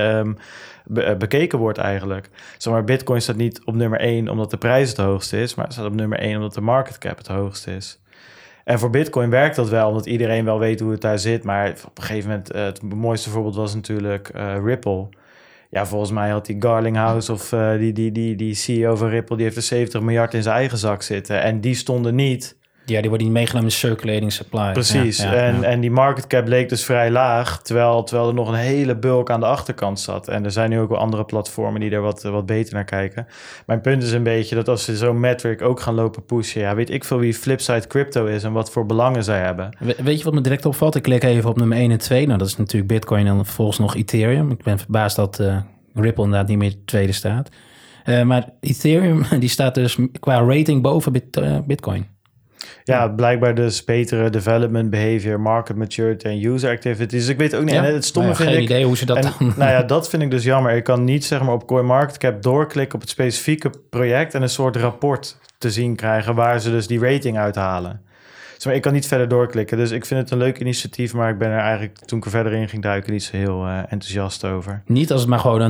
bekeken wordt eigenlijk. Zeg maar, Bitcoin staat niet op nummer 1 omdat de prijs het hoogste is, maar het staat op nummer 1 omdat de market cap het hoogste is. En voor Bitcoin werkt dat wel, omdat iedereen wel weet hoe het daar zit. Maar op een gegeven moment, het mooiste voorbeeld was natuurlijk Ripple. Ja, volgens mij had die Garlinghouse of die CEO van Ripple, die heeft er 70 miljard in zijn eigen zak zitten. En die stonden niet. Ja, die worden niet meegenomen in circulating supply. Precies. En die market cap leek dus vrij laag, terwijl er nog een hele bulk aan de achterkant zat. En er zijn nu ook wel andere platformen die er wat beter naar kijken. Mijn punt is een beetje dat als ze zo'n metric ook gaan lopen pushen, ja, weet ik veel wie Flipside Crypto is en wat voor belangen zij hebben. Weet je wat me direct opvalt? Ik klik even op nummer 1 en 2. Nou, dat is natuurlijk Bitcoin en vervolgens nog Ethereum. Ik ben verbaasd dat Ripple inderdaad niet meer tweede staat. Maar Ethereum, die staat dus qua rating boven Bitcoin. Ja, blijkbaar dus betere development behavior, market maturity en user activities. Dus ik weet ook niet. Ja? En het stomme vind geen ik... idee hoe ze dat dan... Nou ja, dat vind ik dus jammer. Ik kan niet zeg maar op CoinMarketCap doorklikken op het specifieke project en een soort rapport te zien krijgen waar ze dus die rating uithalen. Dus maar ik kan niet verder doorklikken. Dus ik vind het een leuk initiatief, maar ik ben er eigenlijk, toen ik er verder in ging duiken, niet zo heel enthousiast over. Niet als het maar gewoon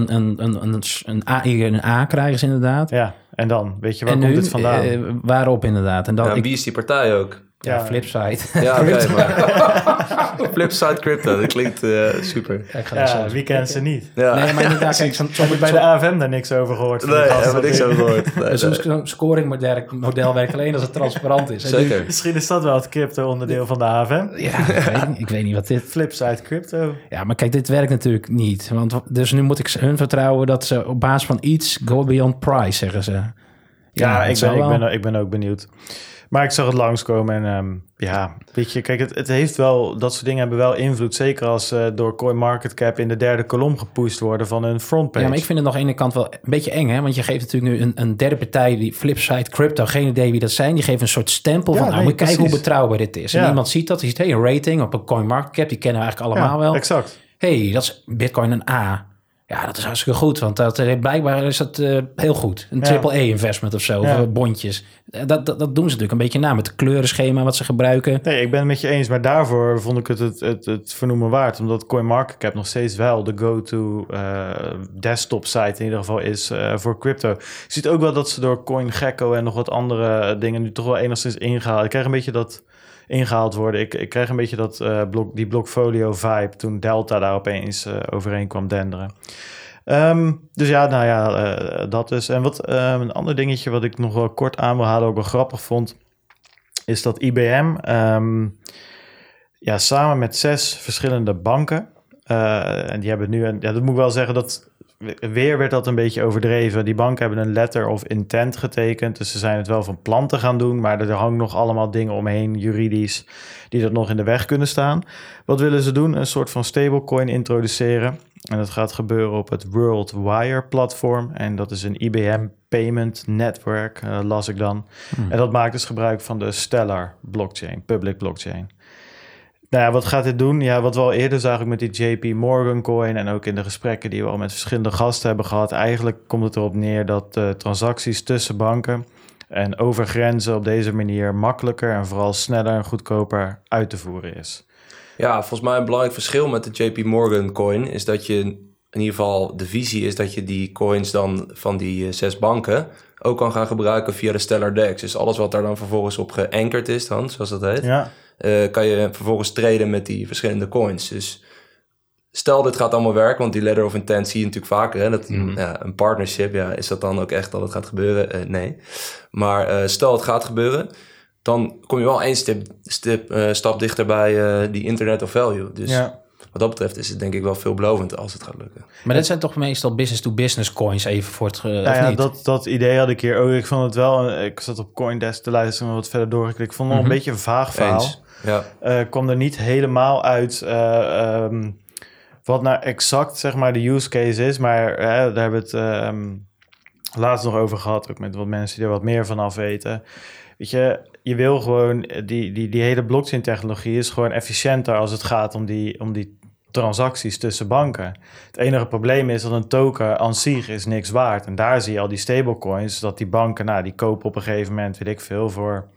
een A krijgen ze inderdaad. Ja, en dan? Weet je, waar komt het vandaan? Waarop inderdaad? En dan, wie is die partij ook? Ja, Flipside. Ja, oké, maar Flipside Crypto, dat klinkt super. Ja, wie kent ze niet? Ja. Nee, maar inderdaad, kijk, heb ik bij de AFM daar niks over gehoord. Nee, heb ik niks over gehoord. Zo'n scoringmodel werkt alleen als het transparant is. Zeker. Misschien is dat wel het crypto-onderdeel van de AFM. Ja, ik weet niet wat dit... Flipside Crypto. Ja, maar kijk, dit werkt natuurlijk niet. Dus nu moet ik hun vertrouwen dat ze op basis van iets go beyond price, zeggen ze. Ja, ik ben ook benieuwd. Maar ik zag het langskomen en weet je, kijk, het heeft wel, dat soort dingen hebben wel invloed. Zeker als door CoinMarketCap in de derde kolom gepusht worden van hun frontpage. Ja, maar ik vind het nog aan de ene kant wel een beetje eng, hè? Want je geeft natuurlijk nu een derde partij, die Flipside Crypto, geen idee wie dat zijn. Die geven een soort stempel van, moet je kijken hoe betrouwbaar dit is. En iemand ziet dat, die ziet, een rating op een CoinMarketCap, die kennen we eigenlijk allemaal wel. Exact. Dat is Bitcoin een A. Ja, dat is hartstikke goed, want blijkbaar is dat heel goed. Een AAA-investment of zo, of bondjes. Dat doen ze natuurlijk een beetje na met het kleurenschema wat ze gebruiken. Nee, ik ben het met je eens, maar daarvoor vond ik het vernoemen waard. Omdat CoinMarketCap nog steeds wel de go-to desktop site in ieder geval is voor crypto. Je ziet ook wel dat ze door CoinGecko en nog wat andere dingen nu toch wel enigszins ingehaald. Ik krijg een beetje dat ingehaald worden. Ik krijg een beetje die Blockfolio vibe toen Delta daar opeens overheen kwam denderen. Dus dat is. En wat een ander dingetje wat ik nog wel kort aan wil halen, ook wel grappig vond, is dat IBM samen met 6 verschillende banken, en die hebben nu, dat moet ik wel zeggen, dat weer werd dat een beetje overdreven. Die banken hebben een letter of intent getekend, dus ze zijn het wel van plan te gaan doen, maar er hangen nog allemaal dingen omheen, juridisch, die dat nog in de weg kunnen staan. Wat willen ze doen? Een soort van stablecoin introduceren. En dat gaat gebeuren op het WorldWire-platform. En dat is een IBM Payment Network, las ik dan. En dat maakt dus gebruik van de Stellar blockchain, public blockchain. Nou ja, wat gaat dit doen? Ja, wat we al eerder zagen met die JP Morgan coin en ook in de gesprekken die we al met verschillende gasten hebben gehad. Eigenlijk komt het erop neer dat transacties tussen banken en over grenzen op deze manier makkelijker en vooral sneller en goedkoper uit te voeren is. Ja, volgens mij een belangrijk verschil met de JP Morgan coin is dat je, in ieder geval de visie is dat je die coins dan van die 6 banken ook kan gaan gebruiken via de Stellar DEX. Dus alles wat daar dan vervolgens op geankerd is dan, zoals dat heet, kan je vervolgens traden met die verschillende coins. Dus stel dit gaat allemaal werken, want die letter of intent zie je natuurlijk vaker. Hè? Dat, een partnership, is dat dan ook echt dat het gaat gebeuren? Nee. Maar stel het gaat gebeuren, dan kom je wel één stap dichter bij die Internet of Value. Dus wat dat betreft is het denk ik wel veelbelovend als het gaat lukken. Maar dit zijn toch meestal business-to-business coins even voor het... niet? Dat idee had ik hier ook. Ik vond het wel... Ik zat op CoinDesk te luisteren en wat verder doorgeklikt. Ik vond het nog een beetje een vaag verhaal. Kwam er niet helemaal uit wat nou exact zeg maar de use case is. Maar daar hebben we het laatst nog over gehad. Ook met wat mensen die er wat meer van af weten. Weet je wil gewoon... Die hele blockchain technologie is gewoon efficiënter als het gaat om die transacties tussen banken. Het enige probleem is dat een token aan zich is niks waard. En daar zie je al die stablecoins, dat die banken, die kopen op een gegeven moment, voor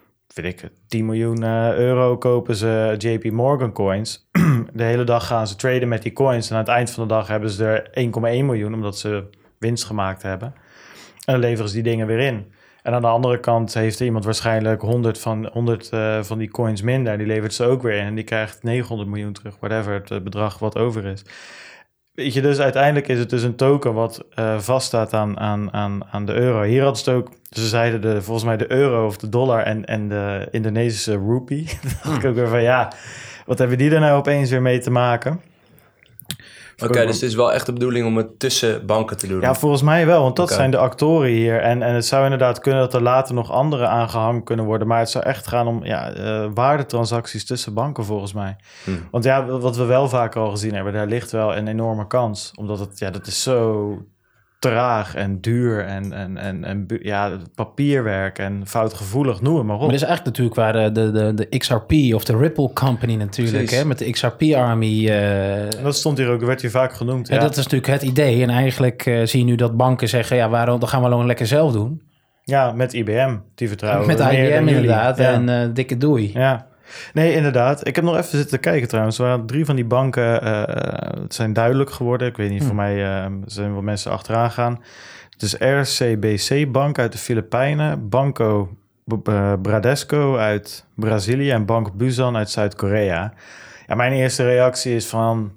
10 miljoen euro kopen ze JP Morgan coins. De hele dag gaan ze traden met die coins en aan het eind van de dag hebben ze er 1,1 miljoen, omdat ze winst gemaakt hebben. En dan leveren ze die dingen weer in. En En aan de andere kant heeft iemand waarschijnlijk 100 van die coins minder. Die levert ze ook weer in en die krijgt 900 miljoen terug, whatever het bedrag wat over is. Weet je, dus uiteindelijk is het dus een token wat vaststaat aan de euro. Hier hadden ze het ook, ze zeiden volgens mij de euro of de dollar en de Indonesische rupee. Dan dacht ik ook weer van ja, wat hebben die er nou opeens weer mee te maken? Oké, dus het is wel echt de bedoeling om het tussen banken te doen? Ja, volgens mij wel, want dat zijn de actoren hier. En het zou inderdaad kunnen dat er later nog andere aangehangen kunnen worden. Maar het zou echt gaan om waardetransacties tussen banken volgens mij. Want ja, wat we wel vaker al gezien hebben, daar ligt wel een enorme kans. Omdat dat is zo traag en duur en papierwerk en foutgevoelig, noem het maar op. Maar dat is eigenlijk natuurlijk waar de XRP of de Ripple Company natuurlijk, hè, met de XRP Army. Dat stond hier ook, werd hier vaak genoemd. Ja, dat is natuurlijk het idee. En eigenlijk zie je nu dat banken zeggen, ja, waarom, dan gaan we gewoon lekker zelf doen. Ja, met IBM, die vertrouwen. Met IBM inderdaad, ja. En dikke doei. Ja. Nee, inderdaad. Ik heb nog even zitten kijken trouwens. Er waren 3 van die banken, het zijn duidelijk geworden. Ik weet niet, voor mij zijn wel mensen achteraan gaan. Het is RCBC Bank uit de Filipijnen, Banco Bradesco uit Brazilië en Bank Busan uit Zuid-Korea. Ja, mijn eerste reactie is van,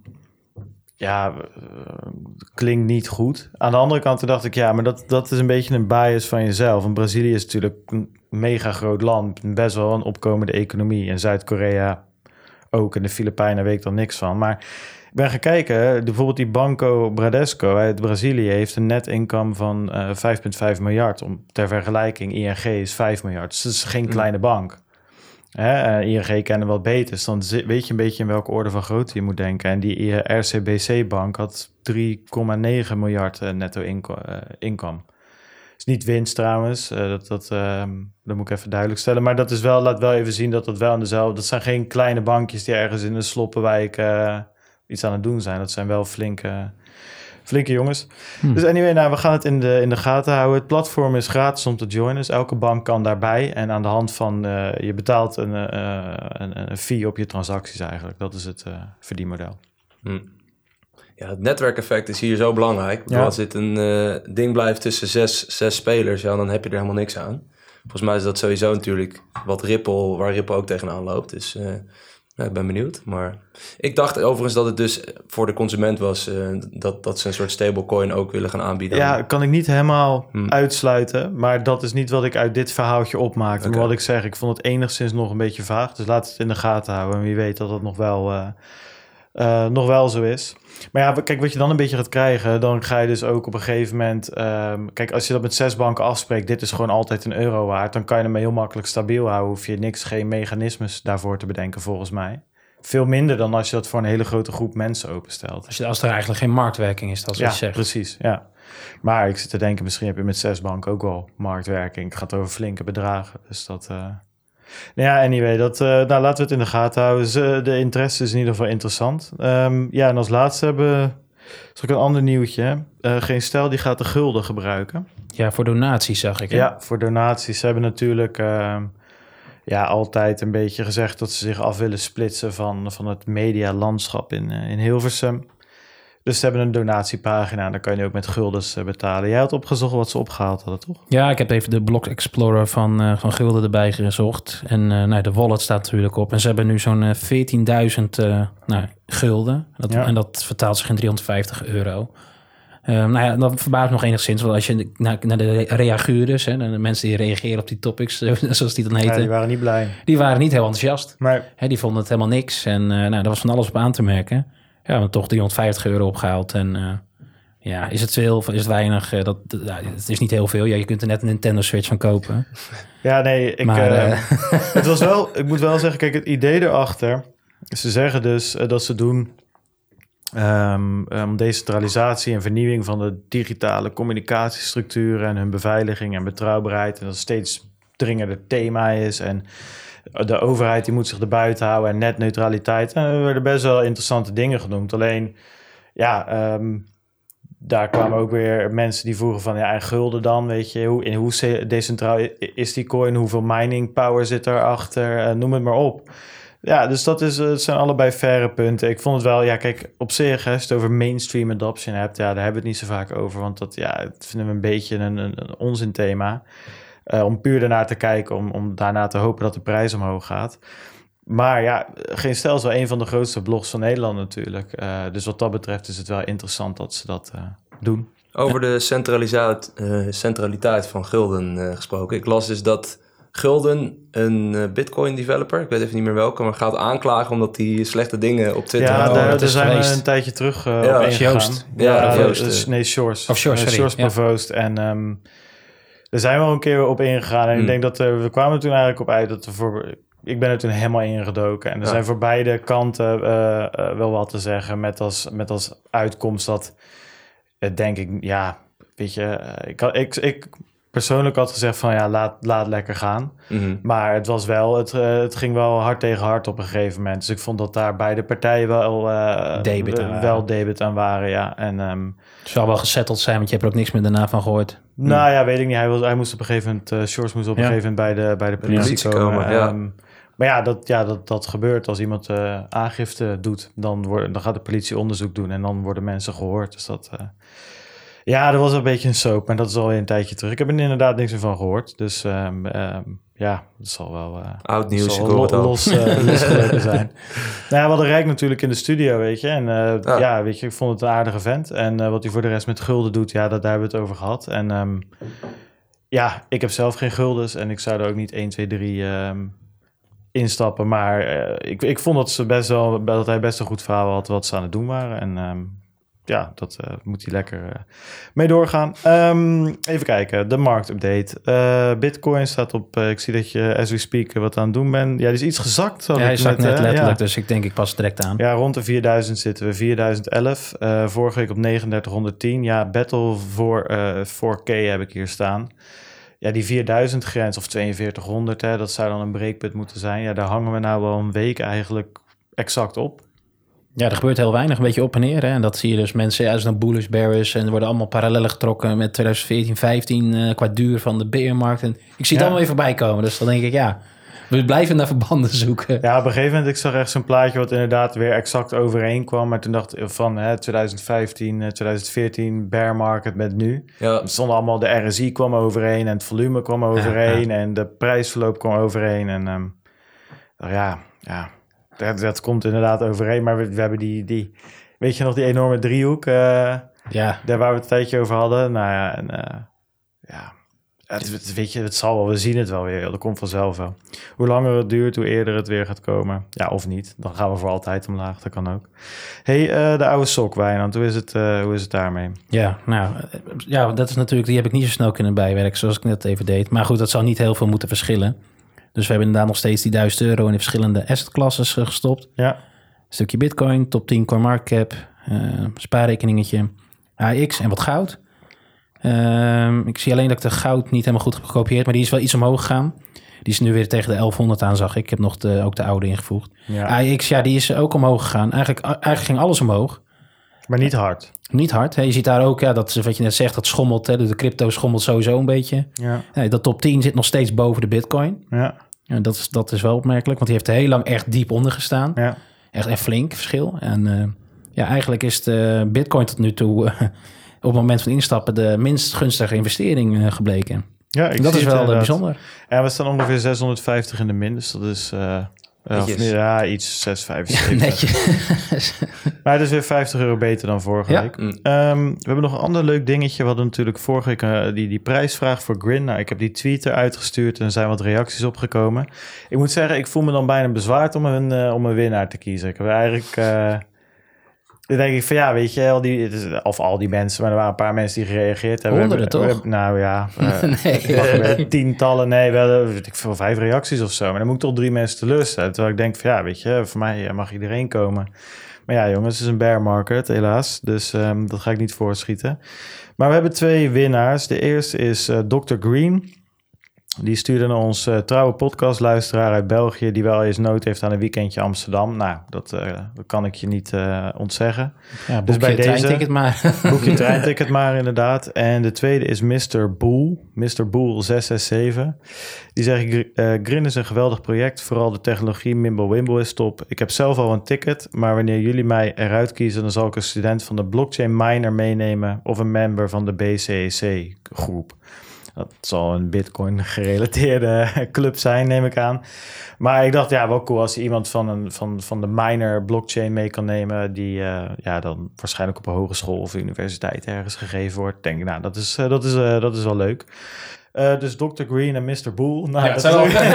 klinkt niet goed. Aan de andere kant dacht ik, ja, maar dat is een beetje een bias van jezelf. Want Brazilië is natuurlijk een mega groot land, best wel een opkomende economie. En Zuid-Korea ook, en de Filipijnen weet ik dan niks van. Maar ik ben gaan kijken, bijvoorbeeld die Banco Bradesco uit Brazilië heeft een net inkomen van 5,5 miljard. Ter vergelijking, ING is 5 miljard. Dus het is geen kleine bank. ING kennen wat beter, dus dan weet je een beetje in welke orde van grootte je moet denken. En die RCBC-bank had 3,9 miljard netto inkomen. Is niet winst trouwens, dat moet ik even duidelijk stellen. Maar dat is wel, laat wel even zien dat wel in dezelfde... Dat zijn geen kleine bankjes die ergens in een sloppenwijk iets aan het doen zijn. Dat zijn wel flinke jongens. Dus anyway, we gaan het in de gaten houden. Het platform is gratis om te joinen, dus elke bank kan daarbij. En aan de hand van, je betaalt een fee op je transacties eigenlijk. Dat is het verdienmodel. Ja, het netwerkeffect is hier zo belangrijk. Ja. Als dit een ding blijft tussen zes spelers, dan heb je er helemaal niks aan. Volgens mij is dat sowieso natuurlijk waar Ripple ook tegenaan loopt. Dus ik ben benieuwd. Maar ik dacht overigens dat het dus voor de consument was dat ze een soort stablecoin ook willen gaan aanbieden. Ja, kan ik niet helemaal uitsluiten. Maar dat is niet wat ik uit dit verhaaltje opmaakte. Maar wat ik zeg, ik vond het enigszins nog een beetje vaag. Dus laat het in de gaten houden. En wie weet dat het nog wel zo is. Maar ja, kijk, wat je dan een beetje gaat krijgen, dan ga je dus ook op een gegeven moment... kijk, als je dat met 6 banken afspreekt, dit is gewoon altijd €1 waard, dan kan je hem heel makkelijk stabiel houden. Hoef je geen mechanismes daarvoor te bedenken, volgens mij. Veel minder dan als je dat voor een hele grote groep mensen openstelt. Als er eigenlijk geen marktwerking is, dat is wat je zegt. Precies, ja. Maar ik zit te denken, misschien heb je met 6 banken ook wel marktwerking. Het gaat over flinke bedragen, dus dat... Ja, anyway, laten we het in de gaten houden. De interesse is in ieder geval interessant. En als laatste is ook een ander nieuwtje. Geen Stijl die gaat de gulden gebruiken. Ja, voor donaties zag ik. Hè? Ja, voor donaties. Ze hebben natuurlijk altijd een beetje gezegd dat ze zich af willen splitsen van het medialandschap in Hilversum. Dus ze hebben een donatiepagina en dan kan je ook met guldens betalen. Jij had opgezocht wat ze opgehaald hadden, toch? Ja, ik heb even de Block Explorer van Gulden erbij gezocht. En de wallet staat natuurlijk op. En ze hebben nu zo'n 14.000 gulden. En dat vertaalt zich in €350. Dat verbaast me nog enigszins. Want als je naar de reagures, de mensen die reageren op die topics, zoals die dan heten. Ja, die waren niet blij. Die waren niet heel enthousiast. Nee. Die vonden het helemaal niks. En daar was van alles op aan te merken. Ja, maar toch €350 opgehaald. En is het veel of is het weinig? Het is niet heel veel. Ja, je kunt er net een Nintendo Switch van kopen. Ja, nee, het was wel... Ik moet wel zeggen, kijk, het idee erachter... Ze zeggen dus dat ze doen... om decentralisatie en vernieuwing van de digitale communicatiestructuren... en hun beveiliging en betrouwbaarheid... en dat steeds dringender thema is... en de overheid die moet zich erbuiten houden en netneutraliteit. En er werden best wel interessante dingen genoemd. Alleen, daar kwamen ook weer mensen die vroegen van... en gulden dan, weet je, hoe decentraal is die coin? Hoeveel mining power zit erachter? Noem het maar op. Ja, dus het zijn allebei faire punten. Ik vond het wel, kijk, op zich, als je het over mainstream adoption hebt... daar hebben we het niet zo vaak over, want dat vinden we een beetje een onzinthema. Om puur daarnaar te kijken, om daarna te hopen dat de prijs omhoog gaat. Maar ja, Geen Stijl is wel een van de grootste blogs van Nederland natuurlijk. Dus wat dat betreft is het wel interessant dat ze dat doen. Over de centraliteit van Gulden gesproken. Ik las dus dat Gulden een Bitcoin developer, ik weet even niet meer welke, maar gaat aanklagen omdat hij slechte dingen op Twitter had. Ja, daar zijn we een tijdje terug op ingegaan. Nee, Shores. Of Shores, Shores Provost. En daar zijn we al een keer op ingegaan. En ik denk dat we kwamen er toen eigenlijk op uit dat ik ben er toen helemaal ingedoken. En er zijn voor beide kanten wel wat te zeggen. Met als uitkomst dat, denk ik, ja, weet je, ik persoonlijk had gezegd van ja, laat lekker gaan. Mm-hmm. Maar het was wel, het ging wel hard tegen hard op een gegeven moment. Dus ik vond dat daar beide partijen wel debet aan waren. Ja. En het zal wel gesetteld zijn, want je hebt er ook niks meer daarna van gehoord. Nou ja, weet ik niet. Hij moest op een gegeven moment, Shores moest op een gegeven moment bij de politie komen. Maar dat gebeurt als iemand aangifte doet. Dan gaat de politie onderzoek doen en dan worden mensen gehoord. Dus dat... dat was een beetje een soap, maar dat is alweer een tijdje terug. Ik heb er inderdaad niks meer van gehoord. Dus dat zal wel... oud nieuws, losgelopen zijn. Nou ja, we hadden Rijk natuurlijk in de studio, weet je. En weet je, ik vond het een aardige vent. En wat hij voor de rest met gulden doet, daar hebben we het over gehad. En ik heb zelf geen guldens en ik zou er ook niet 1, 2, 3... instappen, maar ik vond dat hij best een goed verhaal had wat ze aan het doen waren. En dat moet hij lekker mee doorgaan. Even kijken, de marktupdate. Bitcoin staat op, ik zie dat je as we speak wat aan het doen bent. Ja, die is iets gezakt. Hij zakt net letterlijk, dus ik denk ik pas direct aan. Ja, rond de 4000 zitten we, 4011. Vorige week op 3910. Ja, battle voor 4K heb ik hier staan. Ja, die 4000 grens of 4200, dat zou dan een breekpunt moeten zijn. Ja, daar hangen we nou wel een week eigenlijk exact op. Ja, er gebeurt heel weinig, een beetje op en neer. Hè? En dat zie je dus mensen uit een bullish, bearish en er worden allemaal parallellen getrokken met 2014, 15 qua duur van de bearmarkt. En ik zie het allemaal weer voorbij komen, dus dan denk ik, we blijven naar verbanden zoeken. Ja, op een gegeven moment, ik zag echt zo'n plaatje wat inderdaad weer exact overeen kwam. Maar toen dacht ik van 2015, 2014 bear market met nu. Ja. Er stonden allemaal, de RSI kwam overeen en het volume kwam overeen en de prijsverloop kwam overeen. En dat komt inderdaad overeen. Maar we hebben die weet je nog, die enorme driehoek? Daar waar we het een tijdje over hadden. Nou ja, en weet je, het zal wel, we zien het wel weer. Dat komt vanzelf wel. Hoe langer het duurt, hoe eerder het weer gaat komen. Ja, of niet. Dan gaan we voor altijd omlaag. Dat kan ook. De oude sok, Wijnand. Hoe is het daarmee? Ja, dat is natuurlijk, die heb ik niet zo snel kunnen bijwerken, zoals ik net even deed. Maar goed, dat zal niet heel veel moeten verschillen. Dus we hebben inderdaad nog steeds die €1000 in de verschillende assetklasses gestopt. Ja. Een stukje Bitcoin, top 10 CoinMarketCap, spaarrekeningetje, AX en wat goud. Ik zie alleen dat ik de goud niet helemaal goed heb gekopieerd, maar die is wel iets omhoog gegaan. Die is nu weer tegen de 1100 aan, zag ik. Ik heb nog ook de oude ingevoegd. Ja. AX, die is ook omhoog gegaan. Eigenlijk ging alles omhoog. Maar niet hard. Niet hard. Je ziet daar ook, dat is wat je net zegt, dat schommelt. Hè, de crypto schommelt sowieso een beetje. Ja. Dat top 10 zit nog steeds boven de Bitcoin. Ja. Dat is wel opmerkelijk, want die heeft er heel lang echt diep onder gestaan. Ja. Echt een flink verschil. En eigenlijk is de Bitcoin tot nu toe op het moment van instappen de minst gunstige investering gebleken. Ja, dat is wel bijzonder. Ja, we staan ongeveer 650 in de min, dus dat is... iets 6,75. Netjes. Maar het is weer €50 beter dan vorige week. We hebben nog een ander leuk dingetje. We hadden natuurlijk vorige week die prijsvraag voor Grin. Nou, ik heb die tweet eruit gestuurd en er zijn wat reacties opgekomen. Ik moet zeggen, ik voel me dan bijna bezwaard om een winnaar te kiezen. Ik heb eigenlijk... Dan denk ik van weet je, al die mensen, maar er waren een paar mensen die gereageerd hebben. Honderden, toch? Nou ja, tientallen, weet ik veel, 5 reacties of zo. Maar dan moet ik toch 3 mensen teleurstellen. Terwijl ik denk van weet je, voor mij mag iedereen komen. Maar ja, jongens, het is een bear market, helaas. Dus dat ga ik niet voorschieten. Maar we hebben 2 winnaars. De eerste is Dr. Green. Die stuurde naar ons trouwe podcastluisteraar uit België, die wel eens nood heeft aan een weekendje Amsterdam. Nou, dat kan ik je niet ontzeggen. Ja, boek dus bij je treinticket maar. Boek je treinticket maar, inderdaad. En de tweede is Mr. Boel. Mr. Boel 667. Die zegt, Grin is een geweldig project. Vooral de technologie Mimblewimble is top. Ik heb zelf al een ticket, maar wanneer jullie mij eruit kiezen, dan zal ik een student van de blockchain miner meenemen of een member van de BCEC groep. Dat zal een Bitcoin gerelateerde club zijn, neem ik aan. Maar ik dacht, wel cool als je iemand van de miner blockchain mee kan nemen, die dan waarschijnlijk op een hogeschool of universiteit ergens gegeven wordt. Denk ik, nou, dat is wel leuk. Dus Dr. Green en Mr. Bool. Nou, Ja, dat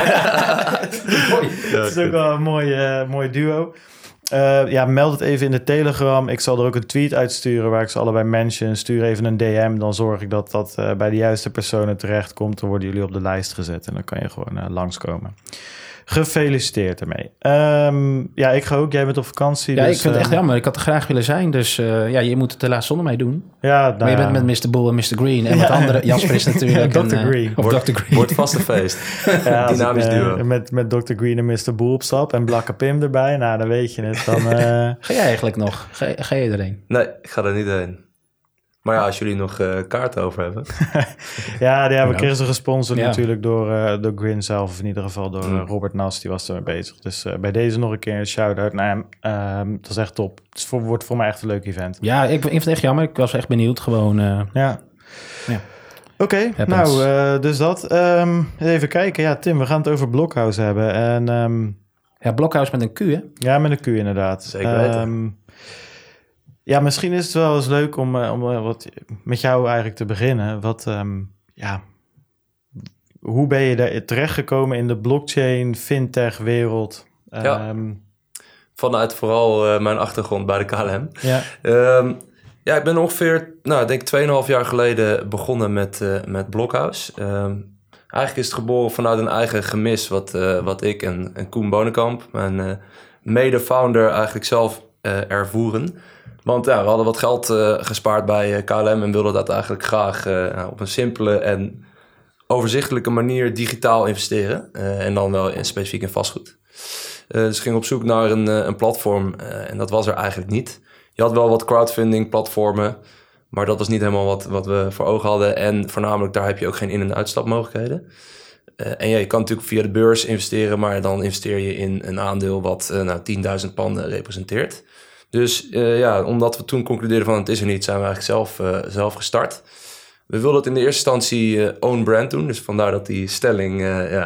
is ook wel een mooi duo. Meld het even in de Telegram. Ik zal er ook een tweet uitsturen waar ik ze allebei mention. Stuur even een DM. Dan zorg ik dat dat bij de juiste personen terechtkomt. Dan worden jullie op de lijst gezet. En dan kan je gewoon langskomen. Gefeliciteerd ermee. Ik ga ook. Jij bent op vakantie. Ja, dus, ik vind het echt jammer. Ik had er graag willen zijn. Dus je moet het helaas zonder mij doen. Ja, maar je bent met Mr. Bull en Mr. Green. En wat andere. Jasper is natuurlijk. Dr. Green. Dr. Green. Wordt vast een feest. Ja, Dynamisch duo. Met Dr. Green en Mr. Bull op stap. En Blakke Pim erbij. Nou, dan weet je het. Dan, Ga jij eigenlijk nog? Ga je erheen? Nee, ik ga er niet heen. Maar ja, als jullie nog kaarten over hebben. we kregen ze gesponsord natuurlijk door Grin zelf. Of in ieder geval door Robert Nas. Die was ermee bezig. Dus bij deze nog een keer een shout-out naar hem. Dat is echt top. Het wordt voor mij echt een leuk event. Ja, ik vind het echt jammer. Ik was echt benieuwd. Gewoon. Ja. Oké, dus dat. Even kijken. Ja, Tim, we gaan het over Blockhouse hebben. En, Blockhouse met een Q, hè? Ja, met een Q inderdaad. Zeker weten. Misschien is het wel eens leuk om wat met jou eigenlijk te beginnen. Hoe ben je daar terechtgekomen in de blockchain, fintech wereld? Vanuit vooral mijn achtergrond bij de KLM. Ja. Ik ben ongeveer, ik denk 2,5 jaar geleden begonnen met Blockhouse. Eigenlijk is het geboren vanuit een eigen gemis wat ik en Koen Bonenkamp, mijn mede-founder, eigenlijk zelf ervoeren. Want we hadden wat geld gespaard bij KLM en wilden dat eigenlijk graag op een simpele en overzichtelijke manier digitaal investeren. En dan wel specifiek in vastgoed. Dus ging op zoek naar een platform en dat was er eigenlijk niet. Je had wel wat crowdfunding platformen, maar dat was niet helemaal wat we voor ogen hadden. En voornamelijk daar heb je ook geen in- en uitstapmogelijkheden. En je kan natuurlijk via de beurs investeren, maar dan investeer je in een aandeel wat 10.000 panden representeert. Dus omdat we toen concludeerden van het is er niet, zijn we eigenlijk zelf gestart. We wilden het in de eerste instantie own brand doen. Dus vandaar dat die stelling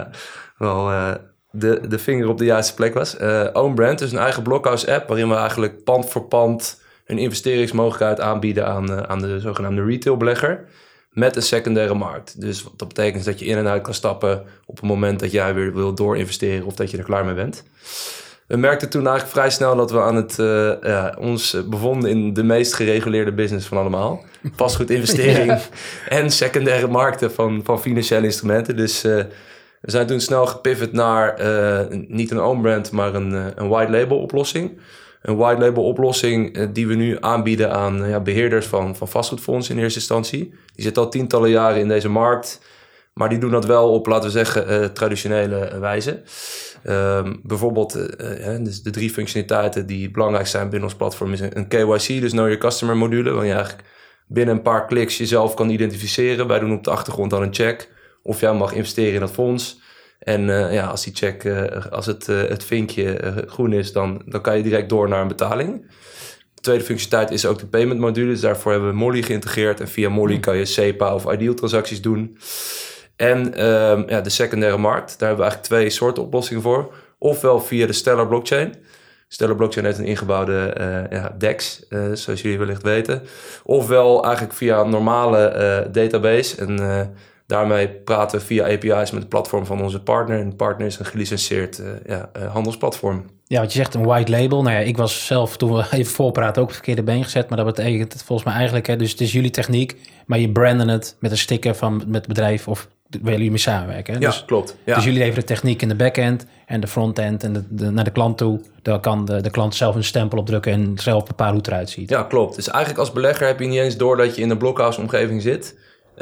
de vinger op de juiste plek was. Own brand is een eigen Blockhouse app waarin we eigenlijk pand voor pand een investeringsmogelijkheid aanbieden aan de zogenaamde retailbelegger met een secundaire markt. Dus dat betekent dat je in en uit kan stappen op het moment dat jij weer wil doorinvesteren of dat je er klaar mee bent. We merkten toen eigenlijk vrij snel dat we aan het ons bevonden in de meest gereguleerde business van allemaal. Vastgoedinvestering en secundaire markten van financiële instrumenten. Dus we zijn toen snel gepivot naar niet een own brand, maar een white label oplossing. Een white label oplossing die we nu aanbieden aan beheerders van vastgoedfondsen in eerste instantie. Die zitten al tientallen jaren in deze markt, maar die doen dat wel op, laten we zeggen, traditionele wijze. Bijvoorbeeld dus de 3 functionaliteiten die belangrijk zijn binnen ons platform is een KYC, dus Know Your Customer module, waar je eigenlijk binnen een paar kliks jezelf kan identificeren. Wij doen op de achtergrond dan een check of jij mag investeren in dat fonds. En als die check, als het vinkje groen is, dan kan je direct door naar een betaling. De tweede functionaliteit is ook de payment module, dus daarvoor hebben we Molly geïntegreerd. En via Molly kan je SEPA of Ideal transacties doen. En de secundaire markt, daar hebben we eigenlijk 2 soorten oplossingen voor. Ofwel via de Stellar blockchain. Stellar blockchain heeft een ingebouwde DEX, zoals jullie wellicht weten. Ofwel eigenlijk via een normale database. En daarmee praten we via API's met het platform van onze partner. En de partner is een gelicenseerd handelsplatform. Ja, wat je zegt, een white label. Nou ja, ik was zelf, toen we even voorpraten, ook het verkeerde been gezet. Maar dat betekent het volgens mij eigenlijk, dus het is jullie techniek, maar je branden het met een sticker van het bedrijf of waar jullie mee samenwerken. Hè? Ja, dus, klopt. Ja. Dus jullie leveren de techniek in de backend en de frontend en naar de klant toe. Dan kan de klant zelf een stempel opdrukken en zelf bepalen hoe het eruit ziet. Ja, klopt. Dus eigenlijk als belegger heb je niet eens door dat je in een Blockhouse-omgeving zit.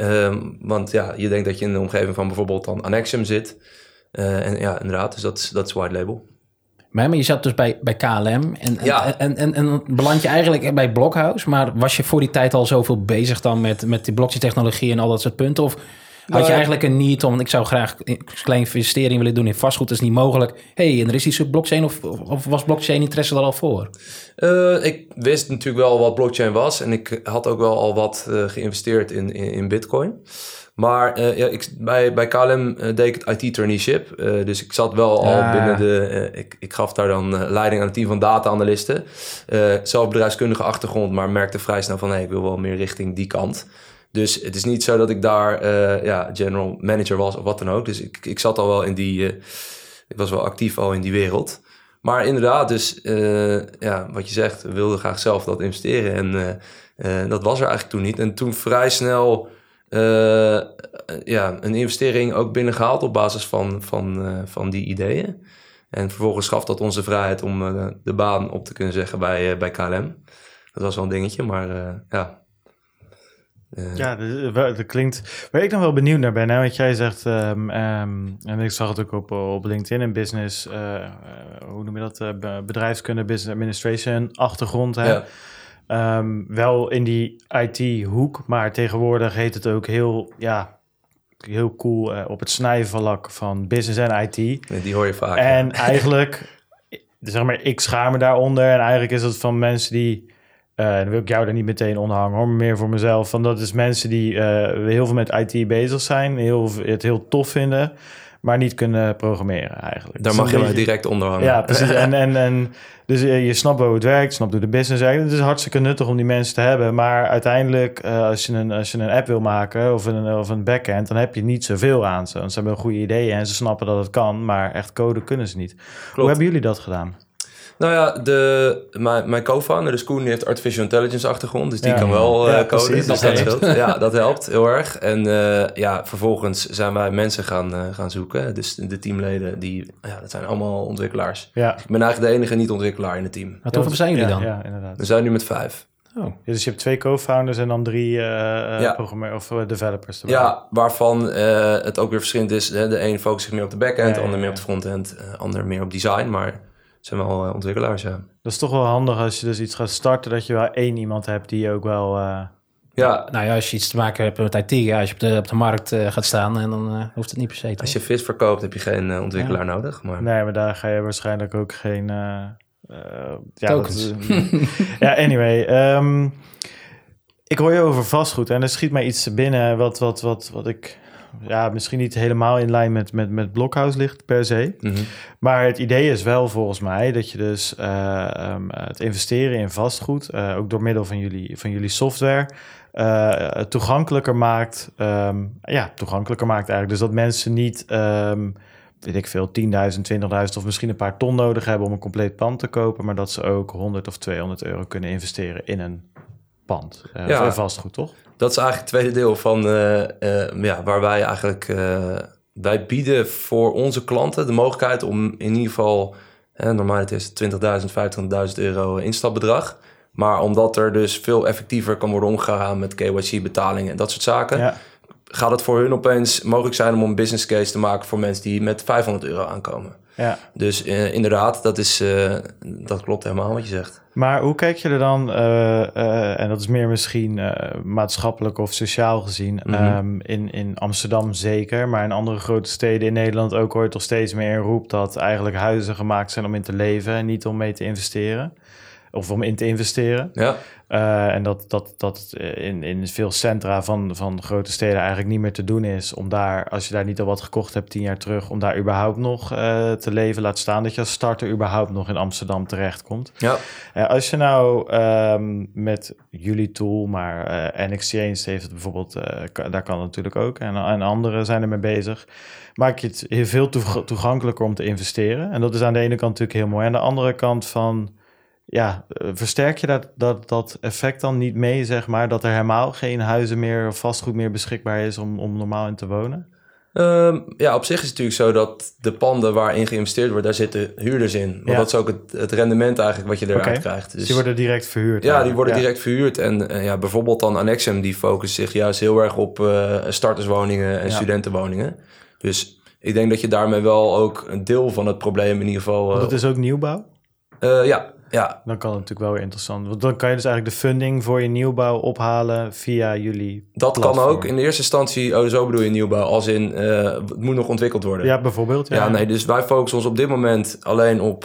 Want je denkt dat je in de omgeving van bijvoorbeeld dan Annexium zit. Inderdaad, dus dat is white label. Maar je zat dus bij KLM en beland je eigenlijk bij Blockhouse. Maar was je voor die tijd al zoveel bezig dan met die blockchain-technologie en al dat soort punten? Of had je eigenlijk een need om, ik zou graag een kleine investering willen doen in vastgoed, dat is niet mogelijk. En er is die soort blockchain of was blockchain interesse er al voor? Ik wist natuurlijk wel wat blockchain was en ik had ook wel al wat geïnvesteerd in Bitcoin. Maar bij KLM deed ik het IT-traineeship. Dus ik zat wel al binnen ik gaf daar dan leiding aan het team van data-analysten. Zelf bedrijfskundige achtergrond, maar merkte vrij snel van... ik wil wel meer richting die kant. Dus het is niet zo dat ik daar general manager was of wat dan ook. Dus ik zat al wel in ik was wel actief al in die wereld. Maar inderdaad, dus wat je zegt... we wilden graag zelf dat investeren. En dat was er eigenlijk toen niet. En toen vrij snel... een investering ook binnengehaald op basis van die ideeën. En vervolgens gaf dat onze vrijheid om de baan op te kunnen zeggen bij KLM. Dat was wel een dingetje, maar dat klinkt... Waar ik nog wel benieuwd naar ben, hè? Want jij zegt... en ik zag het ook op LinkedIn in business... hoe noem je dat? Bedrijfskunde, business administration, achtergrond. Hè? Ja. Wel in die IT-hoek, maar tegenwoordig heet het ook heel cool op het snijvlak van business en IT. Die hoor je vaak. En eigenlijk, zeg maar, ik schaar me daaronder. En eigenlijk is het van mensen die... dan wil ik jou er niet meteen onder hangen, hoor, maar meer voor mezelf. Van dat is mensen die heel veel met IT bezig zijn, het heel tof vinden, maar niet kunnen programmeren eigenlijk. Daar mag je mij direct onder hangen. Ja, precies. en dus je snapt hoe het werkt, snapt hoe de business werkt. Het is hartstikke nuttig om die mensen te hebben. Maar uiteindelijk, als je een app wil maken of een backend, dan heb je niet zoveel aan ze. Want ze hebben goede ideeën en ze snappen dat het kan, maar echt code kunnen ze niet. Klopt. Hoe hebben jullie dat gedaan? Nou ja, mijn co-founder, dus Koen, heeft artificial intelligence achtergrond. Dus die kan wel coden. Precies, dat helpt heel erg. En vervolgens zijn wij mensen gaan zoeken. Dus de teamleden, dat zijn allemaal ontwikkelaars. Ja. Ik ben eigenlijk de enige niet-ontwikkelaar in het team. Maar hoeveel zijn jullie dan? Ja, inderdaad. We zijn nu met 5. Oh. Ja, dus je hebt 2 co-founders en dan 3 programmeurs of developers erbij. Ja, waarvan het ook weer verschillend is. De een focust zich meer op de backend, de ander meer op de frontend, de ander meer op design, maar... zijn wel ontwikkelaars, ja. Dat is toch wel handig als je dus iets gaat starten... dat je wel 1 iemand hebt die ook wel... Nou ja, als je iets te maken hebt met IT... als je op de markt gaat staan... en dan hoeft het niet per se. Als je vis verkoopt, heb je geen ontwikkelaar nodig. Maar... Nee, maar daar ga je waarschijnlijk ook geen... tokens. Anyway. Ik hoor je over vastgoed... en er schiet mij iets binnen wat ik... misschien niet helemaal in lijn met Blockhouse ligt per se. Mm-hmm. Maar het idee is wel volgens mij dat je dus het investeren in vastgoed... ook door middel van jullie software... toegankelijker maakt. Toegankelijker maakt eigenlijk. Dus dat mensen niet... weet ik veel, 10.000, 20.000 of misschien een paar ton nodig hebben... om een compleet pand te kopen... maar dat ze ook 100 of 200 euro kunnen investeren in een pand. Vastgoed, toch? Dat is eigenlijk het tweede deel van waar wij eigenlijk... wij bieden voor onze klanten de mogelijkheid om in ieder geval... normaal is het 20.000, 25.000 euro instapbedrag. Maar omdat er dus veel effectiever kan worden omgegaan met KYC-betalingen en dat soort zaken... Ja. Gaat het voor hun opeens mogelijk zijn om een business case te maken... voor mensen die met 500 euro aankomen. Ja. Dus inderdaad, dat klopt helemaal wat je zegt. Maar hoe kijk je er dan, en dat is meer misschien maatschappelijk of sociaal gezien... Mm-hmm. In Amsterdam zeker, maar in andere grote steden in Nederland ook... hoor je toch steeds meer een roep dat eigenlijk huizen gemaakt zijn om in te leven... en niet om mee te investeren. Of om in te investeren. Ja. En dat in veel centra van grote steden eigenlijk niet meer te doen is... om daar, als je daar niet al wat gekocht hebt 10 jaar terug... om daar überhaupt nog te leven, laat staan... dat je als starter überhaupt nog in Amsterdam terechtkomt. Ja. Als je nou met jullie tool, maar N-Exchange heeft het bijvoorbeeld... daar kan het natuurlijk ook, en anderen zijn ermee bezig... maak je het heel veel toegankelijker om te investeren. En dat is aan de ene kant natuurlijk heel mooi. Aan de andere kant van... versterk je dat effect dan niet mee, zeg maar... dat er helemaal geen huizen meer of vastgoed meer beschikbaar is om normaal in te wonen? Op zich is het natuurlijk zo dat de panden waarin geïnvesteerd wordt... daar zitten huurders in. Want dat is ook het rendement eigenlijk wat je eruit krijgt. Dus die worden direct verhuurd? Ja, die worden direct verhuurd. En bijvoorbeeld dan Annexum, die focust zich juist heel erg op starterswoningen en studentenwoningen. Dus ik denk dat je daarmee wel ook een deel van het probleem in ieder geval... dat is ook nieuwbouw? Ja. Dan kan het natuurlijk wel weer interessant. Want dan kan je dus eigenlijk de funding voor je nieuwbouw ophalen via jullie Dat platform. kan ook. In de eerste instantie, zo bedoel je nieuwbouw, als in het moet nog ontwikkeld worden. Ja, bijvoorbeeld. Ja, nee, dus wij focussen ons op dit moment alleen op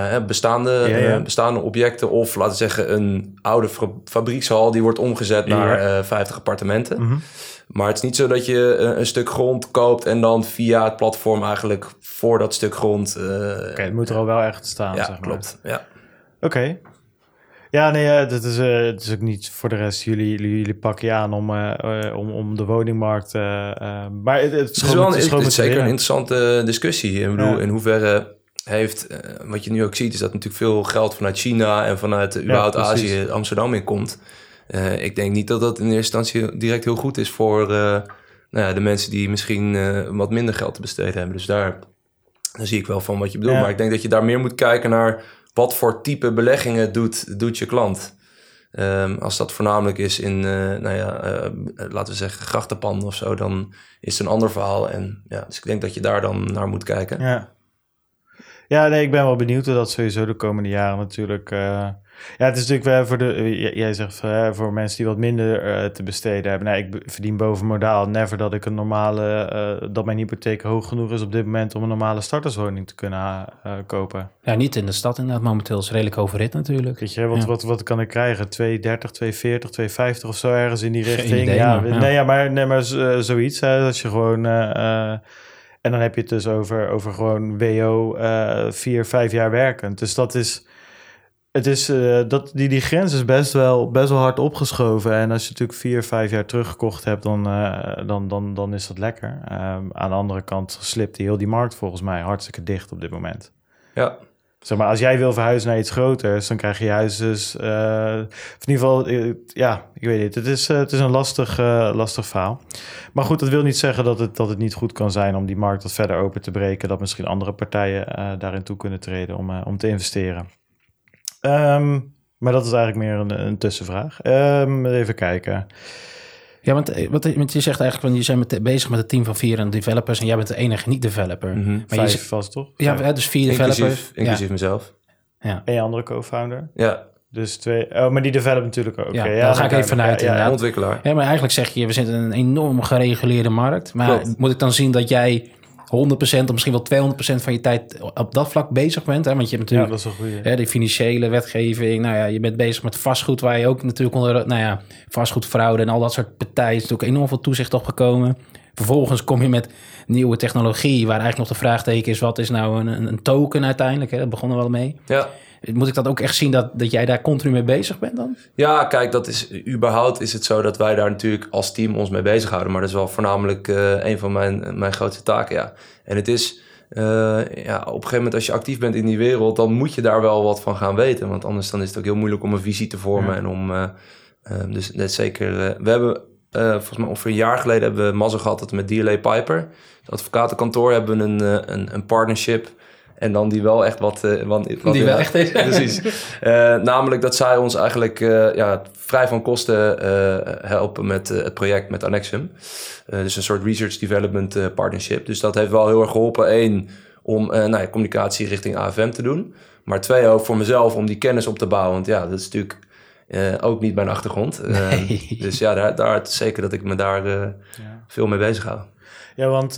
bestaande objecten of laten we zeggen een oude fabriekshal die wordt omgezet naar 50 appartementen. Mm-hmm. Maar het is niet zo dat je een stuk grond koopt en dan via het platform eigenlijk voor dat stuk grond... Oké, het moet er al wel echt staan, ja, zeg maar. Klopt. Ja, Oké. Ja, nee, het is ook niet voor de rest. Jullie pakken je aan om de woningmarkt... maar het is zeker een interessante discussie. Ik bedoel, in hoeverre heeft... wat je nu ook ziet, is dat natuurlijk veel geld vanuit China en vanuit überhaupt Azië Amsterdam inkomt. Ik denk niet dat dat in eerste instantie direct heel goed is voor de mensen die misschien wat minder geld te besteden hebben. Dus daar zie ik wel van wat je bedoelt. Ja. Maar ik denk dat je daar meer moet kijken naar wat voor type beleggingen doet je klant. Als dat voornamelijk is in, laten we zeggen, grachtenpanden of zo, dan is het een ander verhaal. En ja, dus ik denk dat je daar dan naar moet kijken. Ja, nee, ik ben wel benieuwd hoe dat sowieso de komende jaren natuurlijk... Ja, het is natuurlijk wel jij zegt voor mensen die wat minder te besteden hebben. Nou, ik verdien boven modaal. Never dat ik dat mijn hypotheek hoog genoeg is op dit moment om een normale starterswoning te kunnen kopen. Ja, niet in de stad inderdaad. Momenteel is redelijk overrit natuurlijk. Weet je, wat kan ik krijgen? 2,30, 2,40, 2,50 of zo ergens in die richting? Geen idee, maar zoiets. Hè, als je gewoon... en dan heb je het dus over gewoon WO 4-5 jaar werkend. Dus dat is... Het is, die grens is best wel hard opgeschoven. En als je natuurlijk 4-5 jaar teruggekocht hebt, dan is dat lekker. Aan de andere kant slipt heel die markt volgens mij hartstikke dicht op dit moment. Ja. Zeg maar, als jij wil verhuizen naar iets groters, dan krijg je huis dus... in ieder geval, ik weet niet. Het is een lastig verhaal. Maar goed, dat wil niet zeggen dat het niet goed kan zijn om die markt wat verder open te breken. Dat misschien andere partijen daarin toe kunnen treden om te investeren. Maar dat is eigenlijk meer een tussenvraag. Even kijken. Ja, want je zegt eigenlijk, je bent bezig met een team van 4 developers en jij bent de enige niet-developer. Mm-hmm. Maar 5 vast, toch? Ja, dus 4 developers. Inclusief mezelf. Ja. En je andere co-founder? Ja. Dus 2... Oh, maar die develop natuurlijk ook. Ja, daar ga ik even vanuit. Ja, ontwikkelaar. Ja, maar eigenlijk zeg je, we zitten in een enorm gereguleerde markt. Maar Klopt. Moet ik dan zien dat jij 100% of misschien wel 200% van je tijd op dat vlak bezig bent? Hè? Want je hebt natuurlijk dat is een de financiële wetgeving. Nou ja, je bent bezig met vastgoed, waar je ook natuurlijk onder vastgoedfraude en al dat soort partijen is natuurlijk enorm veel toezicht opgekomen. Vervolgens kom je met nieuwe technologie, waar eigenlijk nog de vraagteken is, wat is nou een token uiteindelijk? Hè? Dat begon er wel mee. Ja. Moet ik dat ook echt zien dat jij daar continu mee bezig bent dan? Ja, kijk, dat is überhaupt is het zo dat wij daar natuurlijk als team ons mee bezighouden. Maar dat is wel voornamelijk een van mijn grootste taken, ja. En het is, op een gegeven moment als je actief bent in die wereld, dan moet je daar wel wat van gaan weten. Want anders dan is het ook heel moeilijk om een visie te vormen. Ja. En om, dus net zeker, we hebben volgens mij ongeveer een jaar geleden hebben we mazzel gehad dat we met DLA Piper, het advocatenkantoor, hebben we een partnership. En dan die wel echt wat die wel echt is. Precies. Namelijk dat zij ons eigenlijk vrij van kosten helpen met het project met Annexum. Dus een soort research development partnership. Dus dat heeft wel heel erg geholpen. 1, om communicatie richting AFM te doen. Maar 2, ook voor mezelf om die kennis op te bouwen. Want ja, dat is natuurlijk ook niet mijn achtergrond. Nee. Dus ja, daar zeker dat ik me daar veel mee bezig hou. Ja, want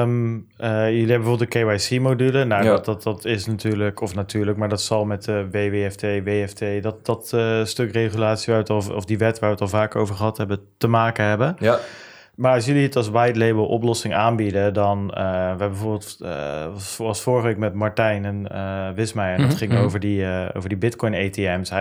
jullie hebben bijvoorbeeld de KYC-module. Nou, dat is natuurlijk, maar dat zal met de WWFT, WFT, dat stuk regulatie of die wet waar we het al vaak over gehad hebben, te maken hebben. Ja. Maar als jullie het als white label oplossing aanbieden, dan we hebben bijvoorbeeld, was vorige week met Martijn en Wismeijer, en dat ging over die Bitcoin ATM's.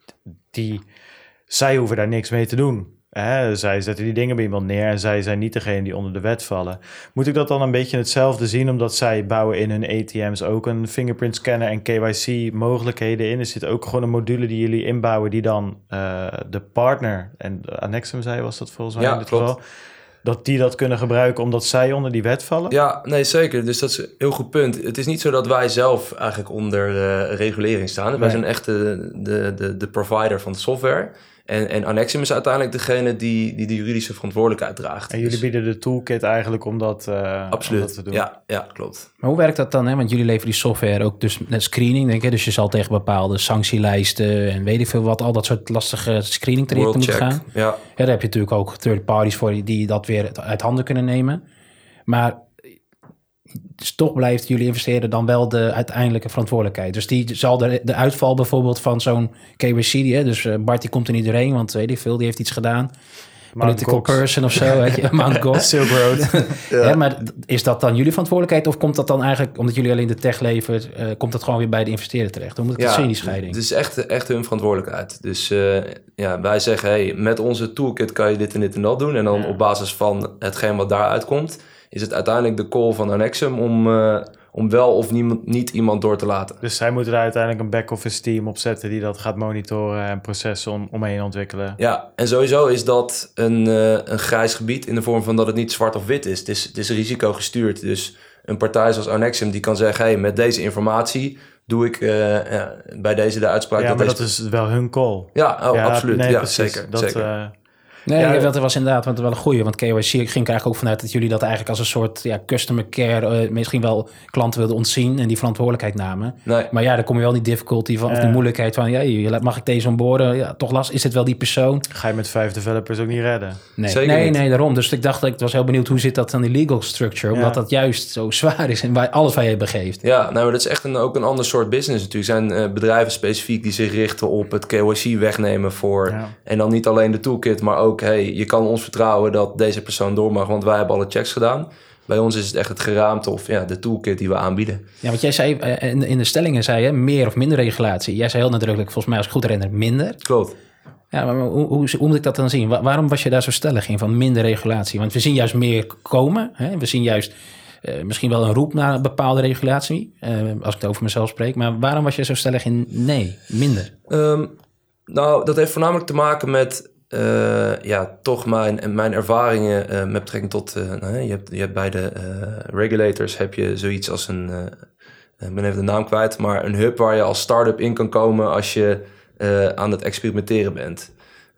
Zij hoeven daar niks mee te doen. Zij zetten die dingen bij iemand neer en zij zijn niet degene die onder de wet vallen. Moet ik dat dan een beetje hetzelfde zien, omdat zij bouwen in hun ATM's ook een fingerprint scanner en KYC mogelijkheden in? Er zit ook gewoon een module die jullie inbouwen die dan de partner, en Annexum was dat volgens mij in dit geval, dat die dat kunnen gebruiken omdat zij onder die wet vallen? Ja, nee, zeker. Dus dat is een heel goed punt. Het is niet zo dat wij zelf eigenlijk onder regulering staan. Nee. Wij zijn echt de provider van de software. En Annexium is uiteindelijk degene die de juridische verantwoordelijkheid draagt. En jullie bieden de toolkit eigenlijk om dat, absoluut. om dat te doen? Ja, klopt. Maar hoe werkt dat dan? Hè? Want jullie leveren die software ook dus net screening, denk ik. Dus je zal tegen bepaalde sanctielijsten en weet ik veel wat, al dat soort lastige screening trajecten moeten gaan. Ja. Daar heb je natuurlijk ook third parties voor die dat weer uit handen kunnen nemen. Maar dus toch blijft jullie investeren dan wel de uiteindelijke verantwoordelijkheid. Dus die zal de uitval bijvoorbeeld van zo'n KYC, dus Bart die komt er niet doorheen, want weet ik veel, die heeft iets gedaan. Political person of zo, weet je, Mount Gox. Silk Road. Ja, maar is dat dan jullie verantwoordelijkheid of komt dat dan eigenlijk, omdat jullie alleen de tech levert, komt dat gewoon weer bij de investeerder terecht? Hoe moet ik dat zien, die scheiding? Het is echt hun verantwoordelijkheid. Dus wij zeggen, hey, met onze toolkit kan je dit en dat doen. En dan op basis van hetgeen wat daaruit komt, is het uiteindelijk de call van Annexium om wel of niet iemand door te laten. Dus zij moeten daar uiteindelijk een back-office team op zetten die dat gaat monitoren en processen omheen ontwikkelen. Ja, en sowieso is dat een grijs gebied in de vorm van dat het niet zwart of wit is. Het is risicogestuurd. Dus een partij zoals Annexium die kan zeggen, hey, met deze informatie doe ik bij deze de uitspraak. Ja, maar dat is wel hun call. Ja, absoluut. Nee, ja, precies. Zeker. Nee, dat was inderdaad wel een goeie. Want KYC ging ik eigenlijk ook vanuit dat jullie dat eigenlijk als een soort customer care, misschien wel klanten wilden ontzien en die verantwoordelijkheid namen. Nee. Maar dan kom je wel die difficulty van, of die moeilijkheid van, mag ik deze onboarden? Ja, toch lastig. Is het wel die persoon? Ga je met 5 developers ook niet redden? Nee, daarom. Dus ik was heel benieuwd, hoe zit dat dan in legal structure? Omdat dat juist zo zwaar is en alles waar je begeeft. Ja, maar dat is echt ook een ander soort business natuurlijk. Er zijn bedrijven specifiek die zich richten op het KYC wegnemen voor. Ja. En dan niet alleen de toolkit, maar ook, hey, je kan ons vertrouwen dat deze persoon door mag, want wij hebben alle checks gedaan. Bij ons is het echt het geraamte of de toolkit die we aanbieden. Ja, want jij zei in de stellingen zei je meer of minder regulatie. Jij zei heel nadrukkelijk, volgens mij als ik goed herinner, minder. Klopt. Ja, maar hoe moet ik dat dan zien? Waarom was je daar zo stellig in van minder regulatie? Want we zien juist meer komen. Hè? We zien juist misschien wel een roep naar een bepaalde regulatie. Als ik het over mezelf spreek. Maar waarom was je zo stellig in nee, minder? Dat heeft voornamelijk te maken met toch mijn ervaringen met betrekking tot... je hebt bij de regulators heb je zoiets als een... ik ben even de naam kwijt, maar een hub waar je als start-up in kan komen als je aan het experimenteren bent.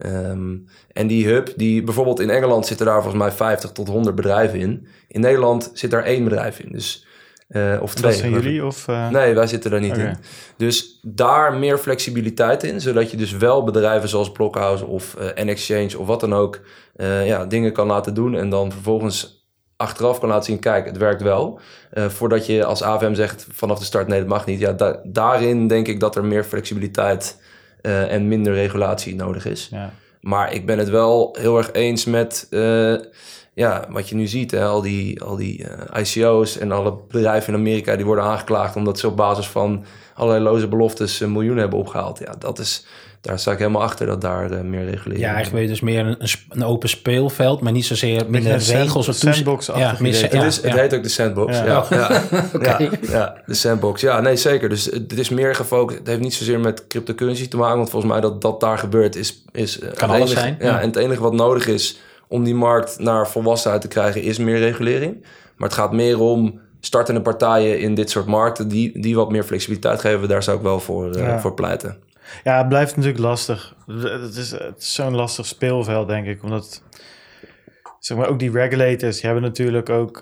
En die hub, bijvoorbeeld in Engeland zitten daar volgens mij 50 tot 100 bedrijven in. In Nederland zit daar 1 bedrijf in, dus... of 2. Dat zijn jullie? Nee, wij zitten daar niet in. Dus daar meer flexibiliteit in, zodat je dus wel bedrijven zoals Blockhouse of N-Exchange of wat dan ook dingen kan laten doen en dan vervolgens achteraf kan laten zien, kijk, het werkt wel. Voordat je als AVM zegt vanaf de start, nee, dat mag niet. Ja, daarin denk ik dat er meer flexibiliteit en minder regulatie nodig is. Ja. Maar ik ben het wel heel erg eens met... wat je nu ziet, hè, al die ICO's en alle bedrijven in Amerika die worden aangeklaagd omdat ze op basis van allerlei loze beloftes een miljoen hebben opgehaald. Ja, daar sta ik helemaal achter dat daar meer regulering. Ja, eigenlijk wil je dus meer een open speelveld, maar niet zozeer minder regels of sandbox. Het heet ook de sandbox. Ja. De sandbox. Ja, nee, zeker. Dus het is meer gefocust. Het heeft niet zozeer met cryptocurrency te maken, want volgens mij dat daar gebeurt is kan alles zijn. Ja, en het enige wat nodig is om die markt naar volwassenheid te krijgen is meer regulering. Maar het gaat meer om startende partijen in dit soort markten die wat meer flexibiliteit geven. Daar zou ik wel voor pleiten. Ja, het blijft natuurlijk lastig. Het is zo'n lastig speelveld, denk ik. Omdat, zeg maar, ook die regulators, die hebben natuurlijk ook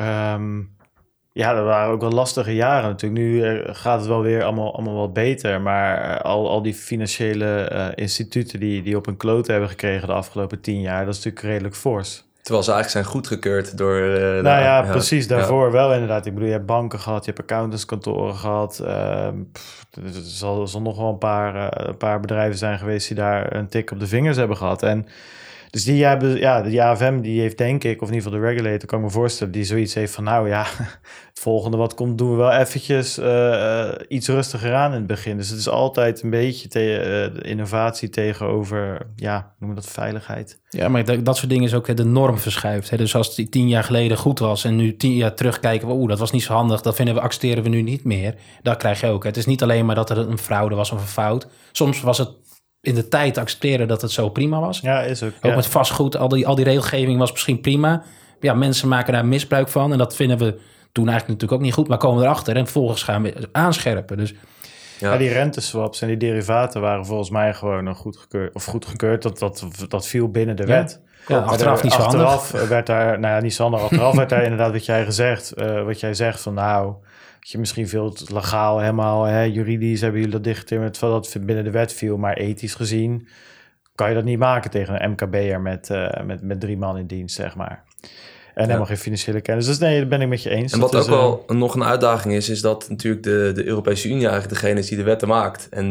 dat waren ook wel lastige jaren natuurlijk. Nu gaat het wel weer allemaal wat beter. Maar al die financiële instituten die op een klote hebben gekregen de afgelopen 10 jaar, dat is natuurlijk redelijk fors. Terwijl ze eigenlijk zijn goedgekeurd door... precies. Daarvoor wel inderdaad. Ik bedoel, je hebt banken gehad, je hebt accountantskantoren gehad. Er zal nog wel een paar bedrijven zijn geweest die daar een tik op de vingers hebben gehad. En dus die hebben, de AFM die heeft denk ik, of in ieder geval de regulator, kan ik me voorstellen, die zoiets heeft van het volgende wat komt, doen we wel eventjes iets rustiger aan in het begin. Dus het is altijd een beetje de innovatie tegenover, noem je dat, veiligheid. Ja, maar dat soort dingen is ook de norm verschuift. Hè? Dus als die 10 jaar geleden goed was en nu 10 jaar terugkijken we, dat was niet zo handig, dat accepteren we nu niet meer. Dat krijg je ook. Het is niet alleen maar dat er een fraude was of een fout. Soms was het in de tijd accepteren dat het zo prima was. Ja, is ook. Ook met vastgoed, al die regelgeving was misschien prima. Ja, mensen maken daar misbruik van en dat vinden we toen eigenlijk natuurlijk ook niet goed, maar komen erachter en vervolgens gaan we aanscherpen. Dus Ja, die renteswaps en die derivaten waren volgens mij gewoon goedgekeurd. Dat viel binnen de wet. Ja, achteraf niet zo handig. Achteraf werd daar, niet zo handig. Achteraf werd daar inderdaad wat jij zegt van dat je misschien veel legaal helemaal, juridisch hebben jullie dat dichtgetimmerd, dat het binnen de wet viel, maar ethisch gezien kan je dat niet maken tegen een MKB'er met 3 man in dienst, zeg maar. En helemaal geen financiële kennis. Dus nee, dat ben ik met je eens. En wat ook wel nog een uitdaging is dat natuurlijk de Europese Unie eigenlijk degene is die de wetten maakt. En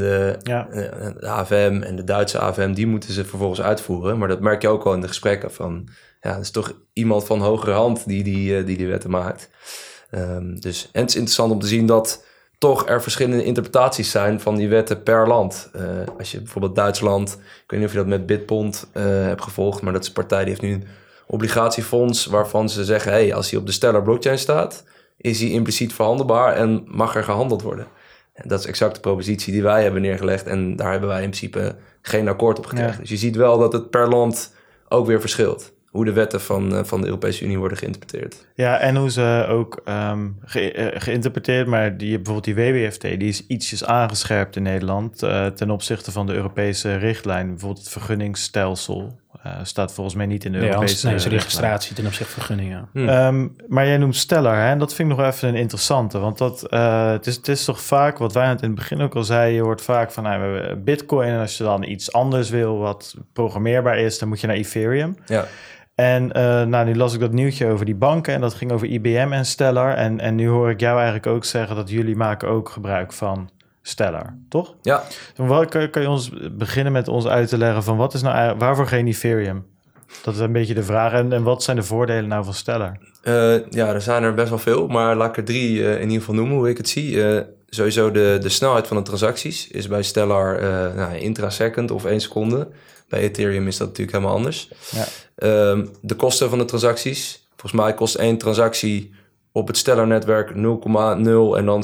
de AFM en de Duitse AFM, die moeten ze vervolgens uitvoeren. Maar dat merk je ook wel in de gesprekken van, ja, dat is toch iemand van hogere hand die wetten maakt. En het is interessant om te zien dat toch er verschillende interpretaties zijn van die wetten per land. Als je bijvoorbeeld Duitsland, ik weet niet of je dat met Bitbond hebt gevolgd, maar dat is een partij die heeft nu een obligatiefonds waarvan ze zeggen, als hij op de Stellar blockchain staat, is hij impliciet verhandelbaar en mag er gehandeld worden. En dat is exact de propositie die wij hebben neergelegd en daar hebben wij in principe geen akkoord op gekregen. Ja. Dus je ziet wel dat het per land ook weer verschilt. Hoe de wetten van de Europese Unie worden geïnterpreteerd. Ja, en hoe ze ook geïnterpreteerd, maar bijvoorbeeld die WWFT, die is ietsjes aangescherpt in Nederland ten opzichte van de Europese richtlijn. Bijvoorbeeld het vergunningsstelsel staat volgens mij niet in de Europese richtlijn. Registratie ten opzichte van vergunningen. Maar jij noemt Stellar, hè? En dat vind ik nog even een interessante, want het is toch vaak, wat wij in het begin ook al zeiden, je hoort vaak van we hebben Bitcoin en als je dan iets anders wil wat programmeerbaar is, dan moet je naar Ethereum. Ja. En nu las ik dat nieuwtje over die banken en dat ging over IBM en Stellar. En nu hoor ik jou eigenlijk ook zeggen dat jullie maken ook gebruik van Stellar, toch? Ja. Kan je ons beginnen met ons uit te leggen van wat is nou waarvoor geen Ethereum? Dat is een beetje de vraag. En wat zijn de voordelen nou van Stellar? Er zijn er best wel veel, maar laat ik er 3 in ieder geval noemen hoe ik het zie. Sowieso de snelheid van de transacties is bij Stellar intrasecond of 1 seconde. Bij Ethereum is dat natuurlijk helemaal anders. Ja. De kosten van de transacties. Volgens mij kost 1 transactie op het Stellar-netwerk 0,0 en dan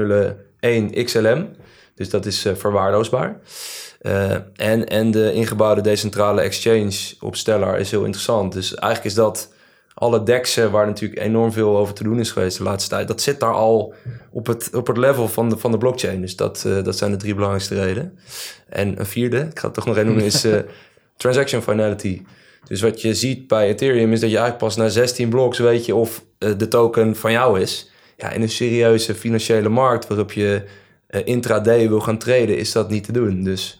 701 XLM. Dus dat is verwaarloosbaar. En de ingebouwde decentrale exchange op Stellar is heel interessant. Dus eigenlijk is dat alle DEX'en waar natuurlijk enorm veel over te doen is geweest de laatste tijd. Dat zit daar al op het level van de blockchain. Dus dat zijn de 3 belangrijkste redenen. En een 4e, ik ga het toch nog één noemen, is transaction finality. Dus wat je ziet bij Ethereum is dat je eigenlijk pas na 16 blocks weet je of de token van jou is. Ja, in een serieuze financiële markt waarop je intraday wil gaan traden, is dat niet te doen. Dus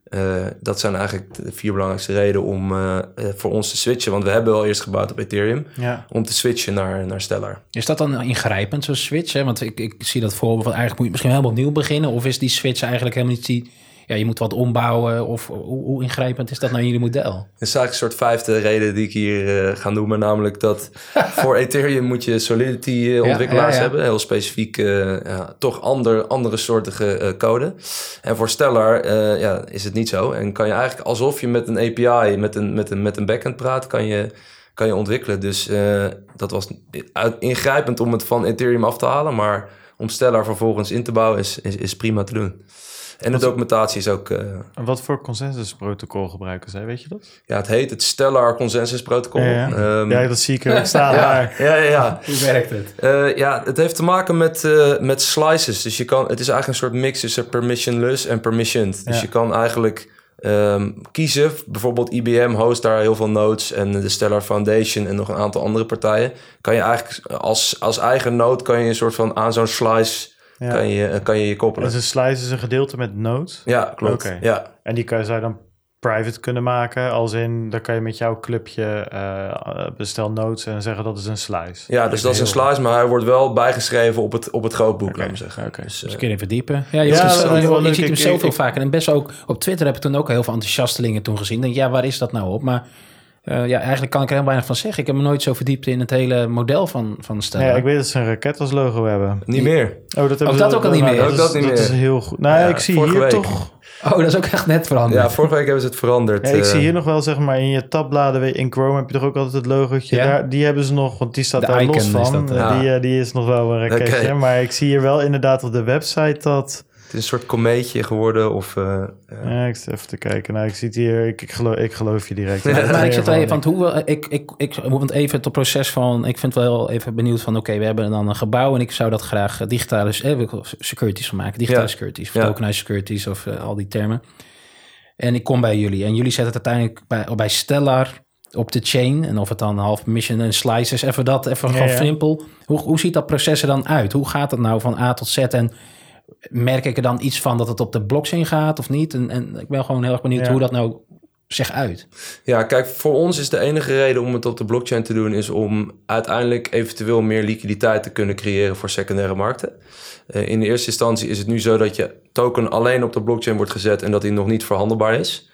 dat zijn eigenlijk de 4 belangrijkste redenen om voor ons te switchen. Want we hebben al eerst gebouwd op Ethereum om te switchen naar Stellar. Is dat dan ingrijpend, zo'n switch? Hè? Want ik zie dat voorbeeld van eigenlijk moet je misschien helemaal opnieuw beginnen. Of is die switch eigenlijk helemaal niet je moet wat ombouwen? Of hoe ingrijpend is dat nou in jullie model? Dat is eigenlijk een soort 5e reden die ik hier ga noemen. Namelijk dat voor Ethereum moet je Solidity ontwikkelaars hebben. Heel specifiek, toch andere soortige code. En voor Stellar is het niet zo. En kan je eigenlijk alsof je met een API, met een backend praat, kan je ontwikkelen. Dus dat was ingrijpend om het van Ethereum af te halen. Maar om Stellar vervolgens in te bouwen is prima te doen. En de documentatie is ook... Wat voor consensusprotocol gebruiken zij, weet je dat? Ja, het heet het Stellar Consensus Protocol. Ja, dat zie ik er staan daar. Ja. Hoe werkt het? Het heeft te maken met slices. Dus het is eigenlijk een soort mix tussen permissionless en permissioned. Dus je kan eigenlijk kiezen. Bijvoorbeeld IBM host daar heel veel nodes en de Stellar Foundation en nog een aantal andere partijen. Kan je eigenlijk als eigen node kan je een soort van aan zo'n slice... Ja. Kan je koppelen. Dus een slice is een gedeelte met nodes? Ja, klopt. Okay. Ja. En die zou je dan private kunnen maken? Als in, dan kan je met jouw clubje bestel nodes en zeggen dat is een slice. Ja, dus dat is een slice, maar hij wordt wel bijgeschreven op het grootboek, laat me zeggen. Okay. Dus kun je even verdiepen. Ja, je ziet hem zoveel vaker. En best ook op Twitter heb ik toen ook heel veel enthousiastelingen toen gezien. Denk, waar is dat nou op? Maar... eigenlijk kan ik er heel weinig van zeggen. Ik heb me nooit zo verdiept in het hele model van Stellar. Ja, ik weet dat ze een raket als logo hebben. Niet meer. Dat ook al niet meer? Dat is heel goed. Nou, ik zie hier week. toch... Oh, dat is ook echt net veranderd. Ja, vorige week hebben ze het veranderd. Ja, ik zie hier nog wel, zeg maar, in je tabbladen in Chrome heb je toch ook altijd het logootje. Ja? Daar, die hebben ze nog, want die staat daar los van. Die is nog wel een raketje. Okay. Maar ik zie hier wel inderdaad op de website dat Het is een soort komeetje geworden of... Ja, ik zit even te kijken. Nou, ik zie het hier. Ik geloof je direct. Maar ik zit wel even, want even het proces van... Ik vind wel even benieuwd van... Oké, we hebben dan een gebouw en ik zou dat graag digitale securities van maken. Digitale securities, of tokenized securities of al die termen. En ik kom bij jullie. En jullie zetten het uiteindelijk bij Stellar op de chain. En of het dan half permission en slices, even gewoon simpel. Hoe ziet dat proces er dan uit? Hoe gaat het nou van A tot Z? En merk ik er dan iets van dat het op de blockchain gaat of niet? En ik ben gewoon heel erg benieuwd hoe dat nou zich uit. Ja, kijk, voor ons is de enige reden om het op de blockchain te doen... is om uiteindelijk eventueel meer liquiditeit te kunnen creëren voor secundaire markten. In de eerste instantie is het nu zo dat je token alleen op de blockchain wordt gezet... en dat die nog niet verhandelbaar is.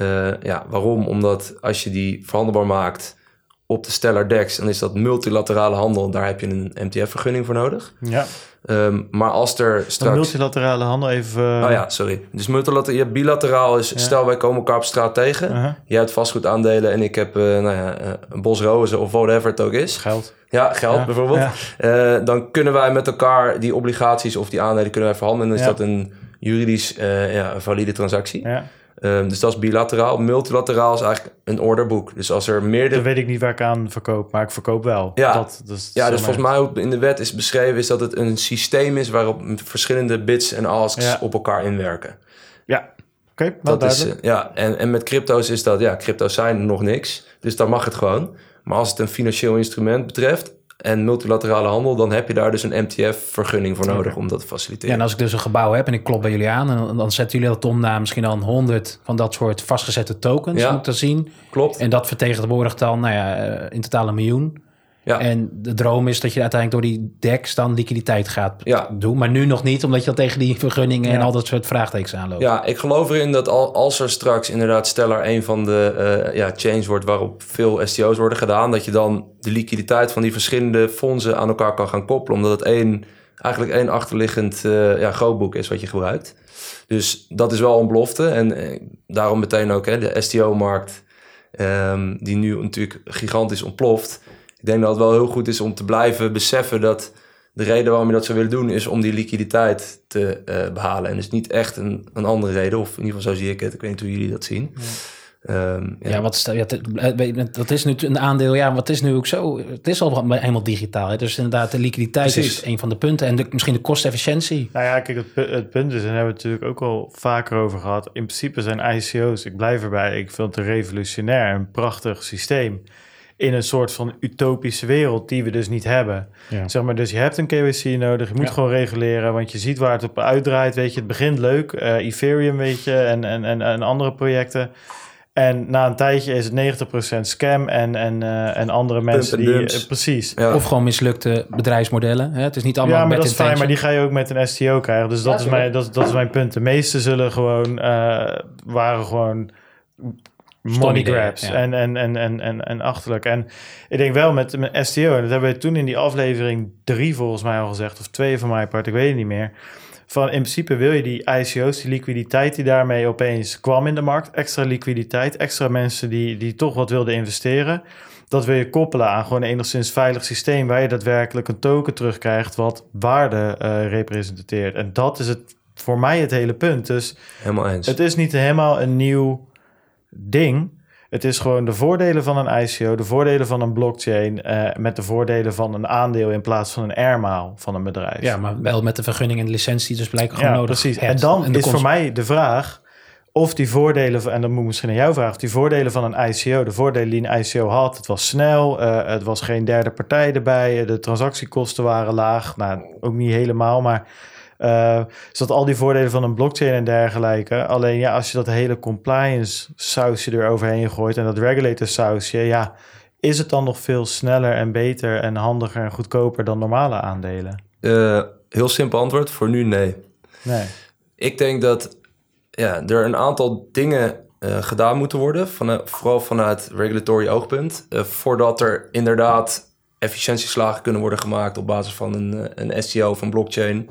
Waarom? Omdat als je die verhandelbaar maakt op de Stellar DEX... dan is dat multilaterale handel. Daar heb je een MTF-vergunning voor nodig. Ja. Maar als er straks... Multilaterale handel even... Oh ja, sorry. Dus je hebt bilateraal is... Stel, wij komen elkaar op straat tegen. Jij hebt vastgoedaandelen en ik heb een bos rozen of whatever het ook is. Geld. Ja, geld bijvoorbeeld. Ja. Dan kunnen wij met elkaar die obligaties of die aandelen kunnen wij verhandelen. Dan is dat een juridisch valide transactie. Ja. Dus dat is bilateraal. Multilateraal is eigenlijk een orderboek. Dus als er meerdere... Dan weet ik niet waar ik aan verkoop, maar ik verkoop wel. Ja, dus volgens mij ook in de wet is beschreven... is dat het een systeem is waarop verschillende bits en asks op elkaar inwerken. Ja, oké, dat duidelijk. En met crypto's is dat... crypto's zijn nog niks, dus dan mag het gewoon. Maar als het een financieel instrument betreft... en multilaterale handel, dan heb je daar dus een MTF-vergunning voor nodig om dat te faciliteren. Ja, en als ik dus een gebouw heb en ik klop bij jullie aan... en dan zetten jullie dat om naar misschien dan 100 van dat soort vastgezette tokens, moet ik dat zien. Klopt. En dat vertegenwoordigt dan in totaal 1 miljoen. Ja. En de droom is dat je uiteindelijk door die DEX dan liquiditeit gaat doen. Maar nu nog niet, omdat je dan tegen die vergunningen en al dat soort vraagtekens aanloopt. Ja, ik geloof erin dat als er straks inderdaad Stellar een van de chains wordt waarop veel STO's worden gedaan, dat je dan de liquiditeit van die verschillende fondsen aan elkaar kan gaan koppelen. Omdat het eigenlijk één achterliggend grootboek is wat je gebruikt. Dus dat is wel een belofte. En daarom meteen ook de STO-markt, die nu natuurlijk gigantisch ontploft. Ik denk dat het wel heel goed is om te blijven beseffen dat de reden waarom je dat zou willen doen is om die liquiditeit te behalen. En dus niet echt een andere reden, of in ieder geval zo zie ik het. Ik weet niet hoe jullie dat zien. Dat is nu een aandeel. Ja, wat is nu ook zo? Het is al helemaal digitaal. Hè? Dus inderdaad, de liquiditeit is een van de punten. En misschien de kostefficiëntie. Nou ja, kijk, het punt is, en daar hebben we het natuurlijk ook al vaker over gehad. In principe zijn ICO's, ik blijf erbij, ik vind het een revolutionair, een prachtig systeem. In een soort van utopische wereld die we dus niet hebben. Ja. Zeg maar, dus je hebt een KYC nodig. Je moet gewoon reguleren, want je ziet waar het op uitdraait. Weet je, het begint leuk. Ethereum, weet je, en andere projecten. En na een tijdje is het 90% scam en andere mensen die... precies. Ja. Of gewoon mislukte bedrijfsmodellen. Hè? Het is niet allemaal... Ja, maar dat is fijn, maar die ga je ook met een STO krijgen. Dus dat is mijn punt. De meeste zullen gewoon... waren gewoon... money grabs en achterlijk. En ik denk wel met STO, en dat hebben we toen in die aflevering 3 volgens mij al gezegd, of 2 van mijn part, ik weet het niet meer. Van in principe wil je die ICO's, die liquiditeit die daarmee opeens kwam in de markt, extra liquiditeit, extra mensen die toch wat wilden investeren. Dat wil je koppelen aan gewoon een enigszins veilig systeem waar je daadwerkelijk een token terugkrijgt wat waarde representeert. En dat is voor mij het hele punt. Dus helemaal eens. Het is niet helemaal een nieuw ding. Het is gewoon de voordelen van een ICO, de voordelen van een blockchain, met de voordelen van een aandeel in plaats van een airmaal van een bedrijf. Ja, maar wel met de vergunning en de licentie, dus blijkbaar gewoon nodig. Precies. En dan is voor mij de vraag of die voordelen, en dan moet ik misschien aan jou vragen, of die voordelen van een ICO, de voordelen die een ICO had, het was snel, het was geen derde partij erbij, de transactiekosten waren laag, nou ook niet helemaal, maar zodat al die voordelen van een blockchain en dergelijke. Alleen als je dat hele compliance sausje eroverheen gooit en dat regulator sausje, is het dan nog veel sneller en beter en handiger en goedkoper dan normale aandelen? Heel simpel antwoord, voor nu nee. Ik denk dat er een aantal dingen gedaan moeten worden, vooral vanuit regulatory oogpunt, voordat er inderdaad efficiëntieslagen kunnen worden gemaakt op basis van een STO of een blockchain.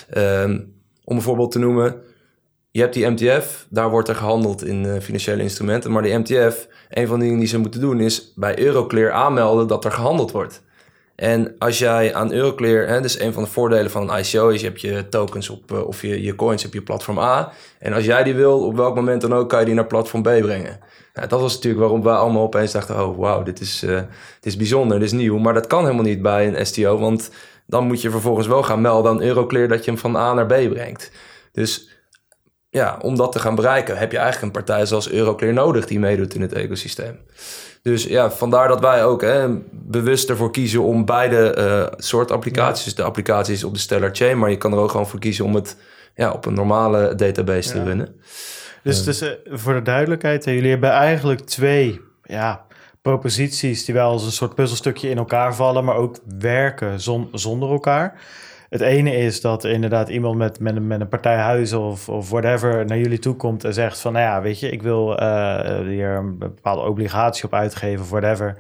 Om een voorbeeld te noemen, je hebt die MTF, daar wordt er gehandeld in financiële instrumenten, maar die MTF, een van de dingen die ze moeten doen is bij Euroclear aanmelden dat er gehandeld wordt. En als jij aan Euroclear, dus een van de voordelen van een ICO is, je hebt je tokens of je coins op je platform A. En als jij die wil, op welk moment dan ook, kan je die naar platform B brengen. Nou, dat was natuurlijk waarom wij allemaal opeens dachten, oh wauw, dit is bijzonder, dit is nieuw. Maar dat kan helemaal niet bij een STO, want dan moet je vervolgens wel gaan melden aan Euroclear dat je hem van A naar B brengt. Dus ja, om dat te gaan bereiken heb je eigenlijk een partij zoals Euroclear nodig die meedoet in het ecosysteem. Dus ja, vandaar dat wij ook bewust ervoor kiezen om beide soort applicaties. Dus de applicaties op de Stellar Chain, maar je kan er ook gewoon voor kiezen om het op een normale database te runnen. Dus voor de duidelijkheid, jullie hebben eigenlijk 2 proposities die wel als een soort puzzelstukje in elkaar vallen, maar ook werken zonder elkaar. Het ene is dat inderdaad iemand met een partij huizen of whatever naar jullie toe komt en zegt van, nou ja, weet je, ik wil hier een bepaalde obligatie op uitgeven of whatever.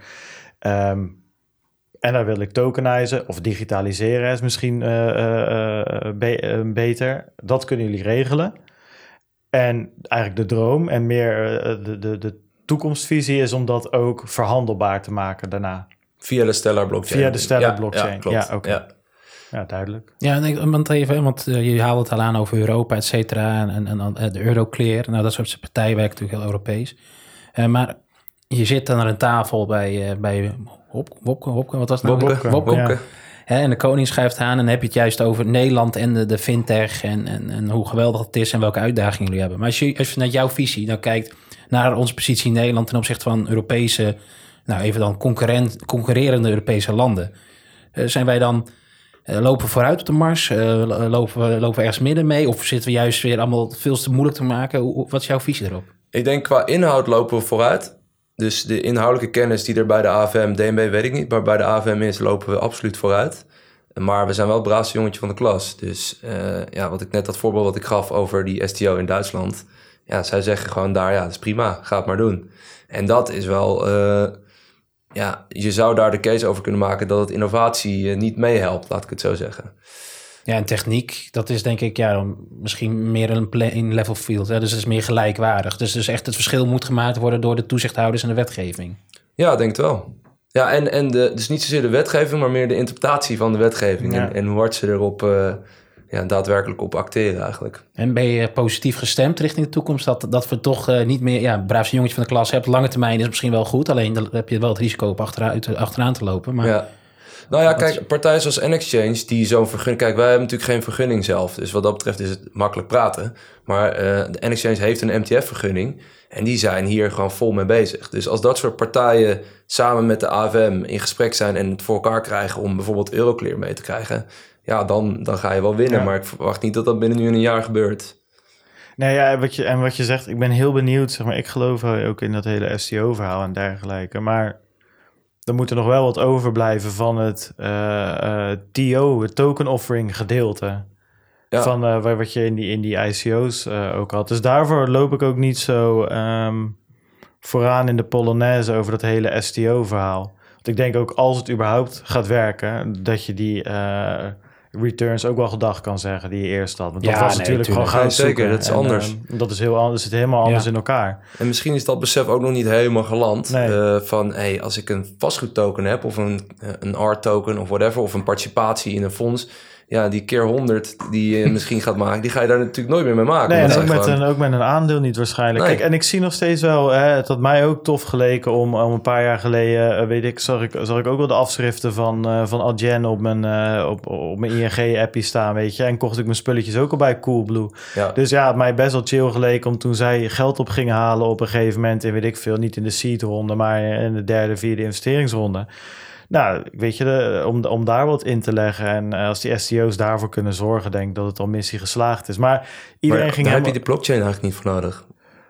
En dan wil ik tokenizen of digitaliseren is misschien beter. Dat kunnen jullie regelen. En eigenlijk de droom en meer de toekomstvisie is om dat ook verhandelbaar te maken daarna. Via de Stellar blockchain. Via de Stellar blockchain. Ja, klopt. Ja, okay. Ja, duidelijk. Ja, want je haalde het al aan over Europa, et cetera, en de Euroclear. Nou, dat soort partijen werken natuurlijk heel Europees. Maar je zit dan aan een tafel bij Wopke, wat was het nou? Wopke. Ja. En de koning schuift aan en dan heb je het juist over Nederland en de fintech en hoe geweldig het is en welke uitdagingen jullie hebben. Maar als je vanuit jouw visie dan kijkt naar onze positie in Nederland ten opzichte van Europese, nou even dan concurrerende Europese landen, zijn wij dan lopen we vooruit op de mars? Lopen we ergens midden mee? Of zitten we juist weer allemaal veel te moeilijk te maken? Wat is jouw visie erop? Ik denk qua inhoud lopen we vooruit. Dus de inhoudelijke kennis die er bij de AFM, DNB weet ik niet, maar bij de AFM is, lopen we absoluut vooruit. Maar we zijn wel het braafste jongetje van de klas. Dus wat ik net dat voorbeeld wat ik gaf over die STO in Duitsland. Ja, zij zeggen gewoon daar, ja, dat is prima, ga het maar doen. En dat is wel, je zou daar de case over kunnen maken dat het innovatie niet meehelpt, laat ik het zo zeggen. Ja, en techniek, dat is denk ik misschien meer een level field. Hè? Dus het is meer gelijkwaardig. Dus echt het verschil moet gemaakt worden door de toezichthouders en de wetgeving. Ja, ik denk het wel. Ja, en dus niet zozeer de wetgeving, maar meer de interpretatie van de wetgeving. Ja. En hoe hard ze erop daadwerkelijk op acteren eigenlijk. En ben je positief gestemd richting de toekomst? Dat we toch niet meer, braafste jongetje van de klas hebt. Lange termijn is misschien wel goed, alleen dan heb je wel het risico op achteraan te lopen. Maar... Ja. Nou ja, kijk, partijen zoals N-Exchange die zo'n vergunning... Kijk, wij hebben natuurlijk geen vergunning zelf. Dus wat dat betreft is het makkelijk praten. Maar de N-Exchange heeft een MTF-vergunning. En die zijn hier gewoon vol mee bezig. Dus als dat soort partijen samen met de AFM in gesprek zijn... en het voor elkaar krijgen om bijvoorbeeld Euroclear mee te krijgen... ja, dan ga je wel winnen. Ja. Maar ik verwacht niet dat dat binnen nu in een jaar gebeurt. Nee, ja, wat je zegt, ik ben heel benieuwd. Zeg maar, ik geloof ook in dat hele STO-verhaal en dergelijke. Maar... er moet er nog wel wat overblijven van het TO, het token offering gedeelte. Ja. Van wat je in die ICO's ook had. Dus daarvoor loop ik ook niet zo vooraan in de Polonaise over dat hele STO-verhaal. Want ik denk ook als het überhaupt gaat werken, dat je die returns ook wel gedag kan zeggen die je eerst had. Want dat was natuurlijk gewoon goud zoeken. Zeker, dat is anders. Dat is heel anders, het zit helemaal anders in elkaar. En misschien is dat besef ook nog niet helemaal geland. Nee. Van, als ik een vastgoedtoken heb of een art-token of whatever, of een participatie in een fonds, ja, die keer 100 die je misschien gaat maken, die ga je daar natuurlijk nooit meer mee maken. Nee, en ook met een aandeel niet waarschijnlijk. Nee. Kijk, en ik zie nog steeds wel, het had mij ook tof geleken om een paar jaar geleden, zag ik ook wel de afschriften van Adyen op mijn ING-appie staan, weet je. En kocht ik mijn spulletjes ook al bij Coolblue. Ja. Dus ja, het mij best wel chill geleken om toen zij geld op gingen halen op een gegeven moment, en weet ik veel, niet in de seed-ronde, maar in de derde, vierde investeringsronde. Nou, weet je, om daar wat in te leggen. En als die STO's daarvoor kunnen zorgen, denk ik dat het al missie geslaagd is. Maar iedereen ging... heb je de blockchain eigenlijk niet voor nodig?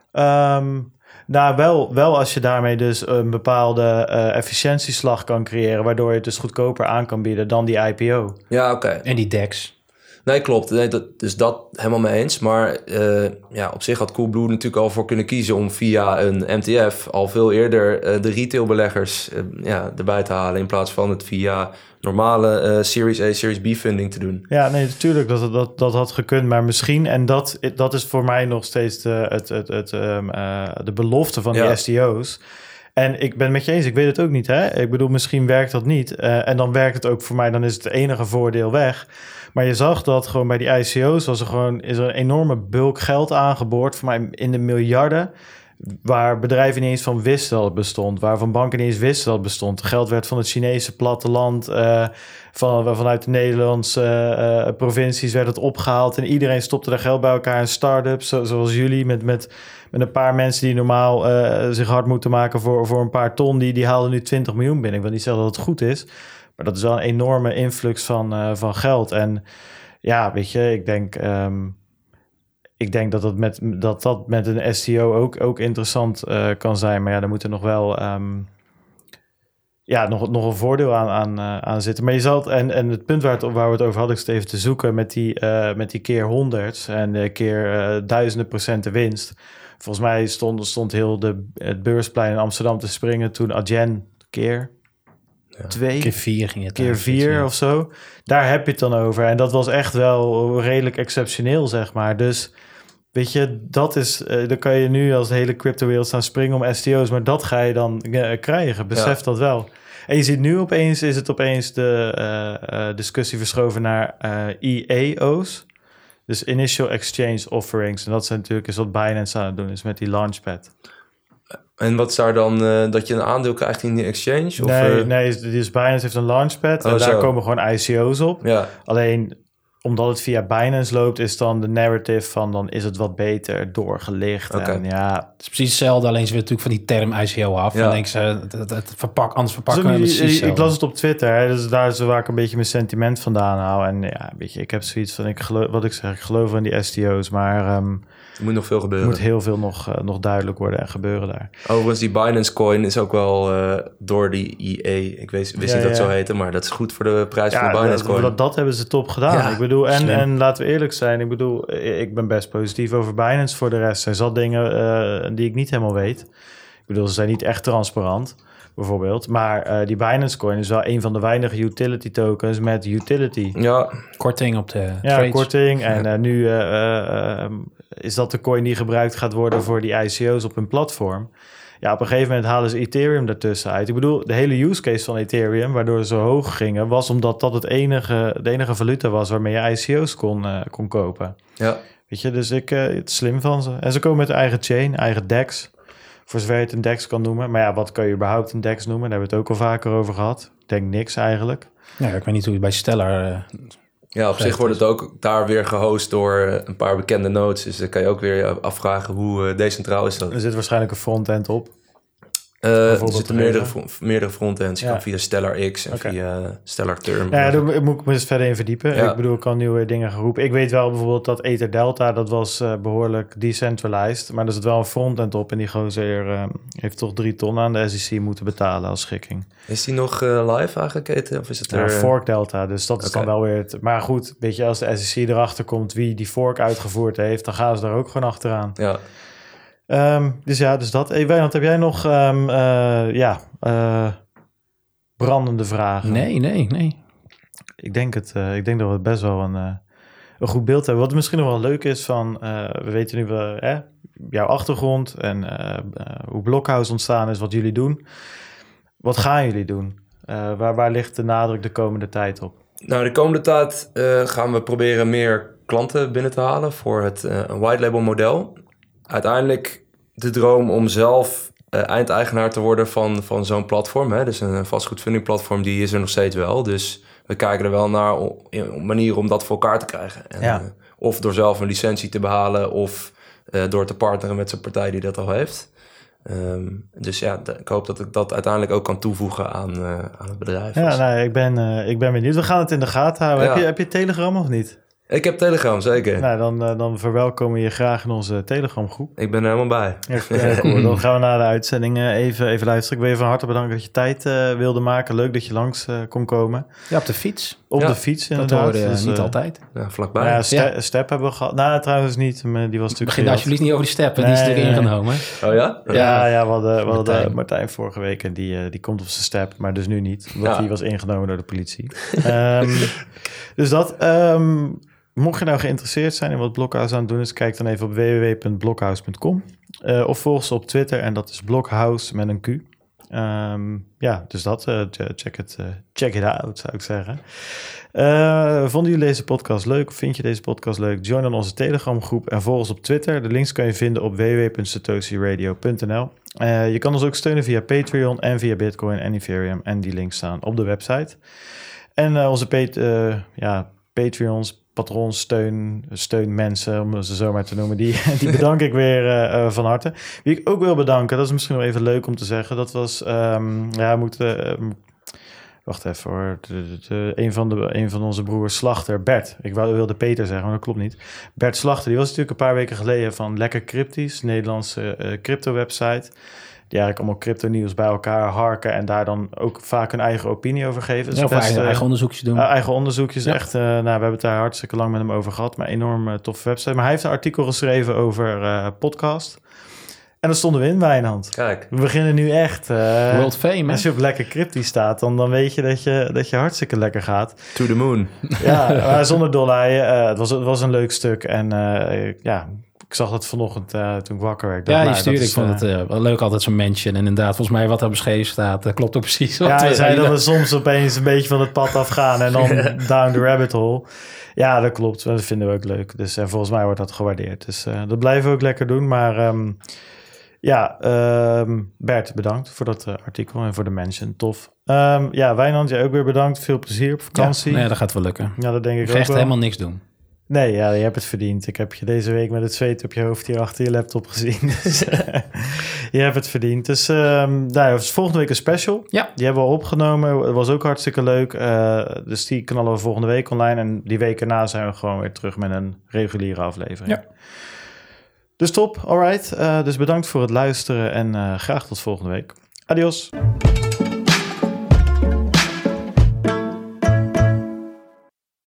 Nou, wel als je daarmee dus een bepaalde efficiëntieslag kan creëren, waardoor je het dus goedkoper aan kan bieden dan die IPO. Ja, oké. En die DEX. Nee, klopt. Nee, dus dat helemaal mee eens. Maar op zich had Coolblue natuurlijk al voor kunnen kiezen om via een MTF al veel eerder de retailbeleggers erbij te halen, in plaats van het via normale Series A, Series B funding te doen. Ja, nee, natuurlijk dat had gekund, maar misschien, en dat is voor mij nog steeds de belofte van die STO's. En ik ben het met je eens, ik weet het ook niet. Hè? Ik bedoel, misschien werkt dat niet. En dan werkt het ook voor mij, dan is het enige voordeel weg. Maar je zag dat gewoon bij die ICO's is er een enorme bulk geld aangeboord, voor mij in de miljarden, waar bedrijven niet eens van wisten dat het bestond, waarvan banken niet eens wisten dat het bestond. Geld werd van het Chinese platteland, vanuit de Nederlandse provincies werd het opgehaald en iedereen stopte daar geld bij elkaar in start-ups, zoals jullie, met een paar mensen die normaal zich hard moeten maken voor een paar ton, die haalden nu 20 miljoen binnen. Ik wil niet zeggen dat het goed is, maar dat is wel een enorme influx van geld. En ja, weet je, ik denk dat met een STO ook interessant kan zijn. Maar ja, daar moet er nog wel nog een voordeel aan zitten. Maar je zal en het punt waar we het over hadden, ik zat even te zoeken met die keer 100 en keer duizenden procenten winst. Volgens mij stond heel het beursplein in Amsterdam te springen toen Adyen keer 2, keer 4 ging het. Keer 4 of zo. Daar heb je het dan over. En dat was echt wel redelijk exceptioneel, zeg maar. Dus weet je, dat is, dan kan je nu als de hele crypto-wereld staan springen om STO's, maar dat ga je dan krijgen. Besef dat wel. En je ziet nu opeens de discussie verschoven naar IEO's. Dus Initial Exchange Offerings. En dat zijn natuurlijk is wat Binance aan het doen is met die Launchpad. En wat is daar dan, dat je een aandeel krijgt in die exchange? Of, nee, dus Binance heeft een Launchpad en daar komen gewoon ICO's op. Ja. Alleen omdat het via Binance loopt, is dan de narrative van dan is het wat beter doorgelicht. Okay. En ja, het is precies hetzelfde, alleen ze willen natuurlijk van die term ICO af. Ja. Dan denken ze, anders verpakken we precies ik las het op Twitter, hè, dus daar is waar ik een beetje mijn sentiment vandaan haal. En ja, weet je, ik heb zoiets van, ik geloof in die STO's, maar er moet nog veel gebeuren. Er moet heel veel nog duidelijk worden en gebeuren daar. Overigens, die Binance coin is ook wel door die IE. Ik wist niet dat het zo heette, maar dat is goed voor de prijs van de Binance coin. Dat hebben ze top gedaan. Ja, ik bedoel, en laten we eerlijk zijn. Ik bedoel, ik ben best positief over Binance voor de rest. Er zijn zat dingen die ik niet helemaal weet. Ik bedoel, ze zijn niet echt transparant, bijvoorbeeld. Maar die Binance coin is wel een van de weinige utility tokens met utility. Ja, korting op de trades. Ja, korting. En nu is dat de coin die gebruikt gaat worden voor die ICO's op hun platform. Ja, op een gegeven moment halen ze Ethereum ertussen uit. Ik bedoel, de hele use case van Ethereum, waardoor ze zo hoog gingen, was omdat dat de enige valuta was waarmee je ICO's kon kopen. Ja. Weet je, dus het is slim van ze. En ze komen met een eigen chain, eigen DEX. Voor zover je het een DEX kan noemen. Maar ja, wat kan je überhaupt een DEX noemen? Daar hebben we het ook al vaker over gehad. Ik denk niks eigenlijk. Ja, ik weet niet hoe het bij Stellar... ja, op zich wordt het ook daar weer gehost door een paar bekende nodes. Dus dan kan je ook weer afvragen hoe decentraal is dat. Er zit waarschijnlijk een frontend op. Er zitten meerdere frontends. Je kan via Stellar X en via Stellar Term. Ja, daar moet ik me eens verder in verdiepen. Ja. Ik bedoel, ik kan nieuwe dingen geroepen. Ik weet wel bijvoorbeeld dat Ether Delta, dat was behoorlijk decentralized. Maar er zit wel een frontend op. En die gozer heeft toch 3 ton aan de SEC moeten betalen als schikking. Is die nog live aangeketen? Of is het Fork Delta, dus dat is dan wel weer het. Maar goed, weet je, als de SEC erachter komt wie die fork uitgevoerd heeft, dan gaan ze daar ook gewoon achteraan. Ja. Dus dat. Hey, Wijnand, heb jij nog brandende vragen? Nee. Ik denk dat we het best wel een goed beeld hebben. Wat misschien nog wel leuk is van, we weten nu jouw achtergrond en hoe Blockhouse ontstaan is, wat jullie doen. Wat gaan jullie doen? Waar ligt de nadruk de komende tijd op? Nou, de komende tijd gaan we proberen meer klanten binnen te halen voor het white label model. Uiteindelijk de droom om zelf eindeigenaar te worden van zo'n platform. Hè? Dus een vastgoedfunding platform, die is er nog steeds wel. Dus we kijken er wel naar manieren om dat voor elkaar te krijgen. En, of door zelf een licentie te behalen of door te partneren met zo'n partij die dat al heeft. Dus ja, ik hoop dat ik dat uiteindelijk ook kan toevoegen aan het bedrijf. Ja, ik ben benieuwd. We gaan het in de gaten houden. Ja. Heb je Telegram of niet? Ik heb Telegram, zeker. Nou, dan verwelkomen we je graag in onze Telegram-groep. Ik ben er helemaal bij. Ja, cool. Dan gaan we na de uitzending even luisteren. Ik wil je van harte bedanken dat je tijd wilde maken. Leuk dat je langs kon komen. Ja, op de fiets. Op de fiets, inderdaad. Dat hoorde niet altijd. Ja, vlakbij. Step hebben we gehad. Nou, trouwens niet. Maar die was natuurlijk... Begin alsjeblieft niet over die Step. Die is natuurlijk ingenomen. Oh ja? Ja, we hadden Martijn vorige week. En die komt op zijn Step. Maar dus nu niet. Want die was ingenomen door de politie. Dus dat... Mocht je nou geïnteresseerd zijn in wat Blockhouse aan het doen is, kijk dan even op www.blockhouse.com. Of volg ze op Twitter en dat is Blockhouse met een Q. Dus dat, check it out, zou ik zeggen. Vonden jullie deze podcast leuk? Of vind je deze podcast leuk? Join dan onze Telegram groep en volg ons op Twitter. De links kan je vinden op www.satoshiradio.nl. Je kan ons ook steunen via Patreon en via Bitcoin en Ethereum. En die links staan op de website. En onze Patreons, patrons, steunmensen, om ze zo maar te noemen, die bedank ik weer van harte. Wie ik ook wil bedanken, dat is misschien wel even leuk om te zeggen, dat was, wacht even hoor, een van onze broers, Slachter, Bert. Ik wilde Peter zeggen, maar dat klopt niet. Bert Slachter, die was natuurlijk een paar weken geleden van Lekker Cryptisch, Nederlandse crypto-website. Die eigenlijk allemaal crypto-nieuws bij elkaar harken en daar dan ook vaak hun eigen opinie over geven. Dus of eigen onderzoekjes doen. Eigen onderzoekjes, ja. Echt. We hebben het daar hartstikke lang met hem over gehad, maar enorm toffe website. Maar hij heeft een artikel geschreven over podcast. En dan stonden we in, Wijnand. Kijk. We beginnen nu echt. World fame, als je op Lekker Cryptisch staat, dan weet je dat je hartstikke lekker gaat. To the moon. Ja, maar zonder dolle. Het was een leuk stuk. En ik zag dat vanochtend toen ik wakker werd. Ja, je stuurde. Ik vond het wel leuk, altijd zo'n mention. En inderdaad, volgens mij wat er beschreven staat, klopt ook precies. Ja, hij zei dat we soms opeens een beetje van het pad afgaan en dan down the rabbit hole. Ja, dat klopt. Dat vinden we ook leuk. Dus volgens mij wordt dat gewaardeerd. Dus dat blijven we ook lekker doen. Maar Bert, bedankt voor dat artikel en voor de mention. Tof. Wijnand, jij ook weer bedankt. Veel plezier op vakantie. Ja, dat gaat wel lukken. Ja, dat denk ik ook wel. Echt helemaal niks doen. Nee, ja, je hebt het verdiend. Ik heb je deze week met het zweet op je hoofd hier achter je laptop gezien. Dus, je hebt het verdiend. Dus volgende week een special. Ja. Die hebben we al opgenomen. Het was ook hartstikke leuk. Dus die knallen we volgende week online. En die week erna zijn we gewoon weer terug met een reguliere aflevering. Ja. Dus top, alright. Dus bedankt voor het luisteren en graag tot volgende week. Adios.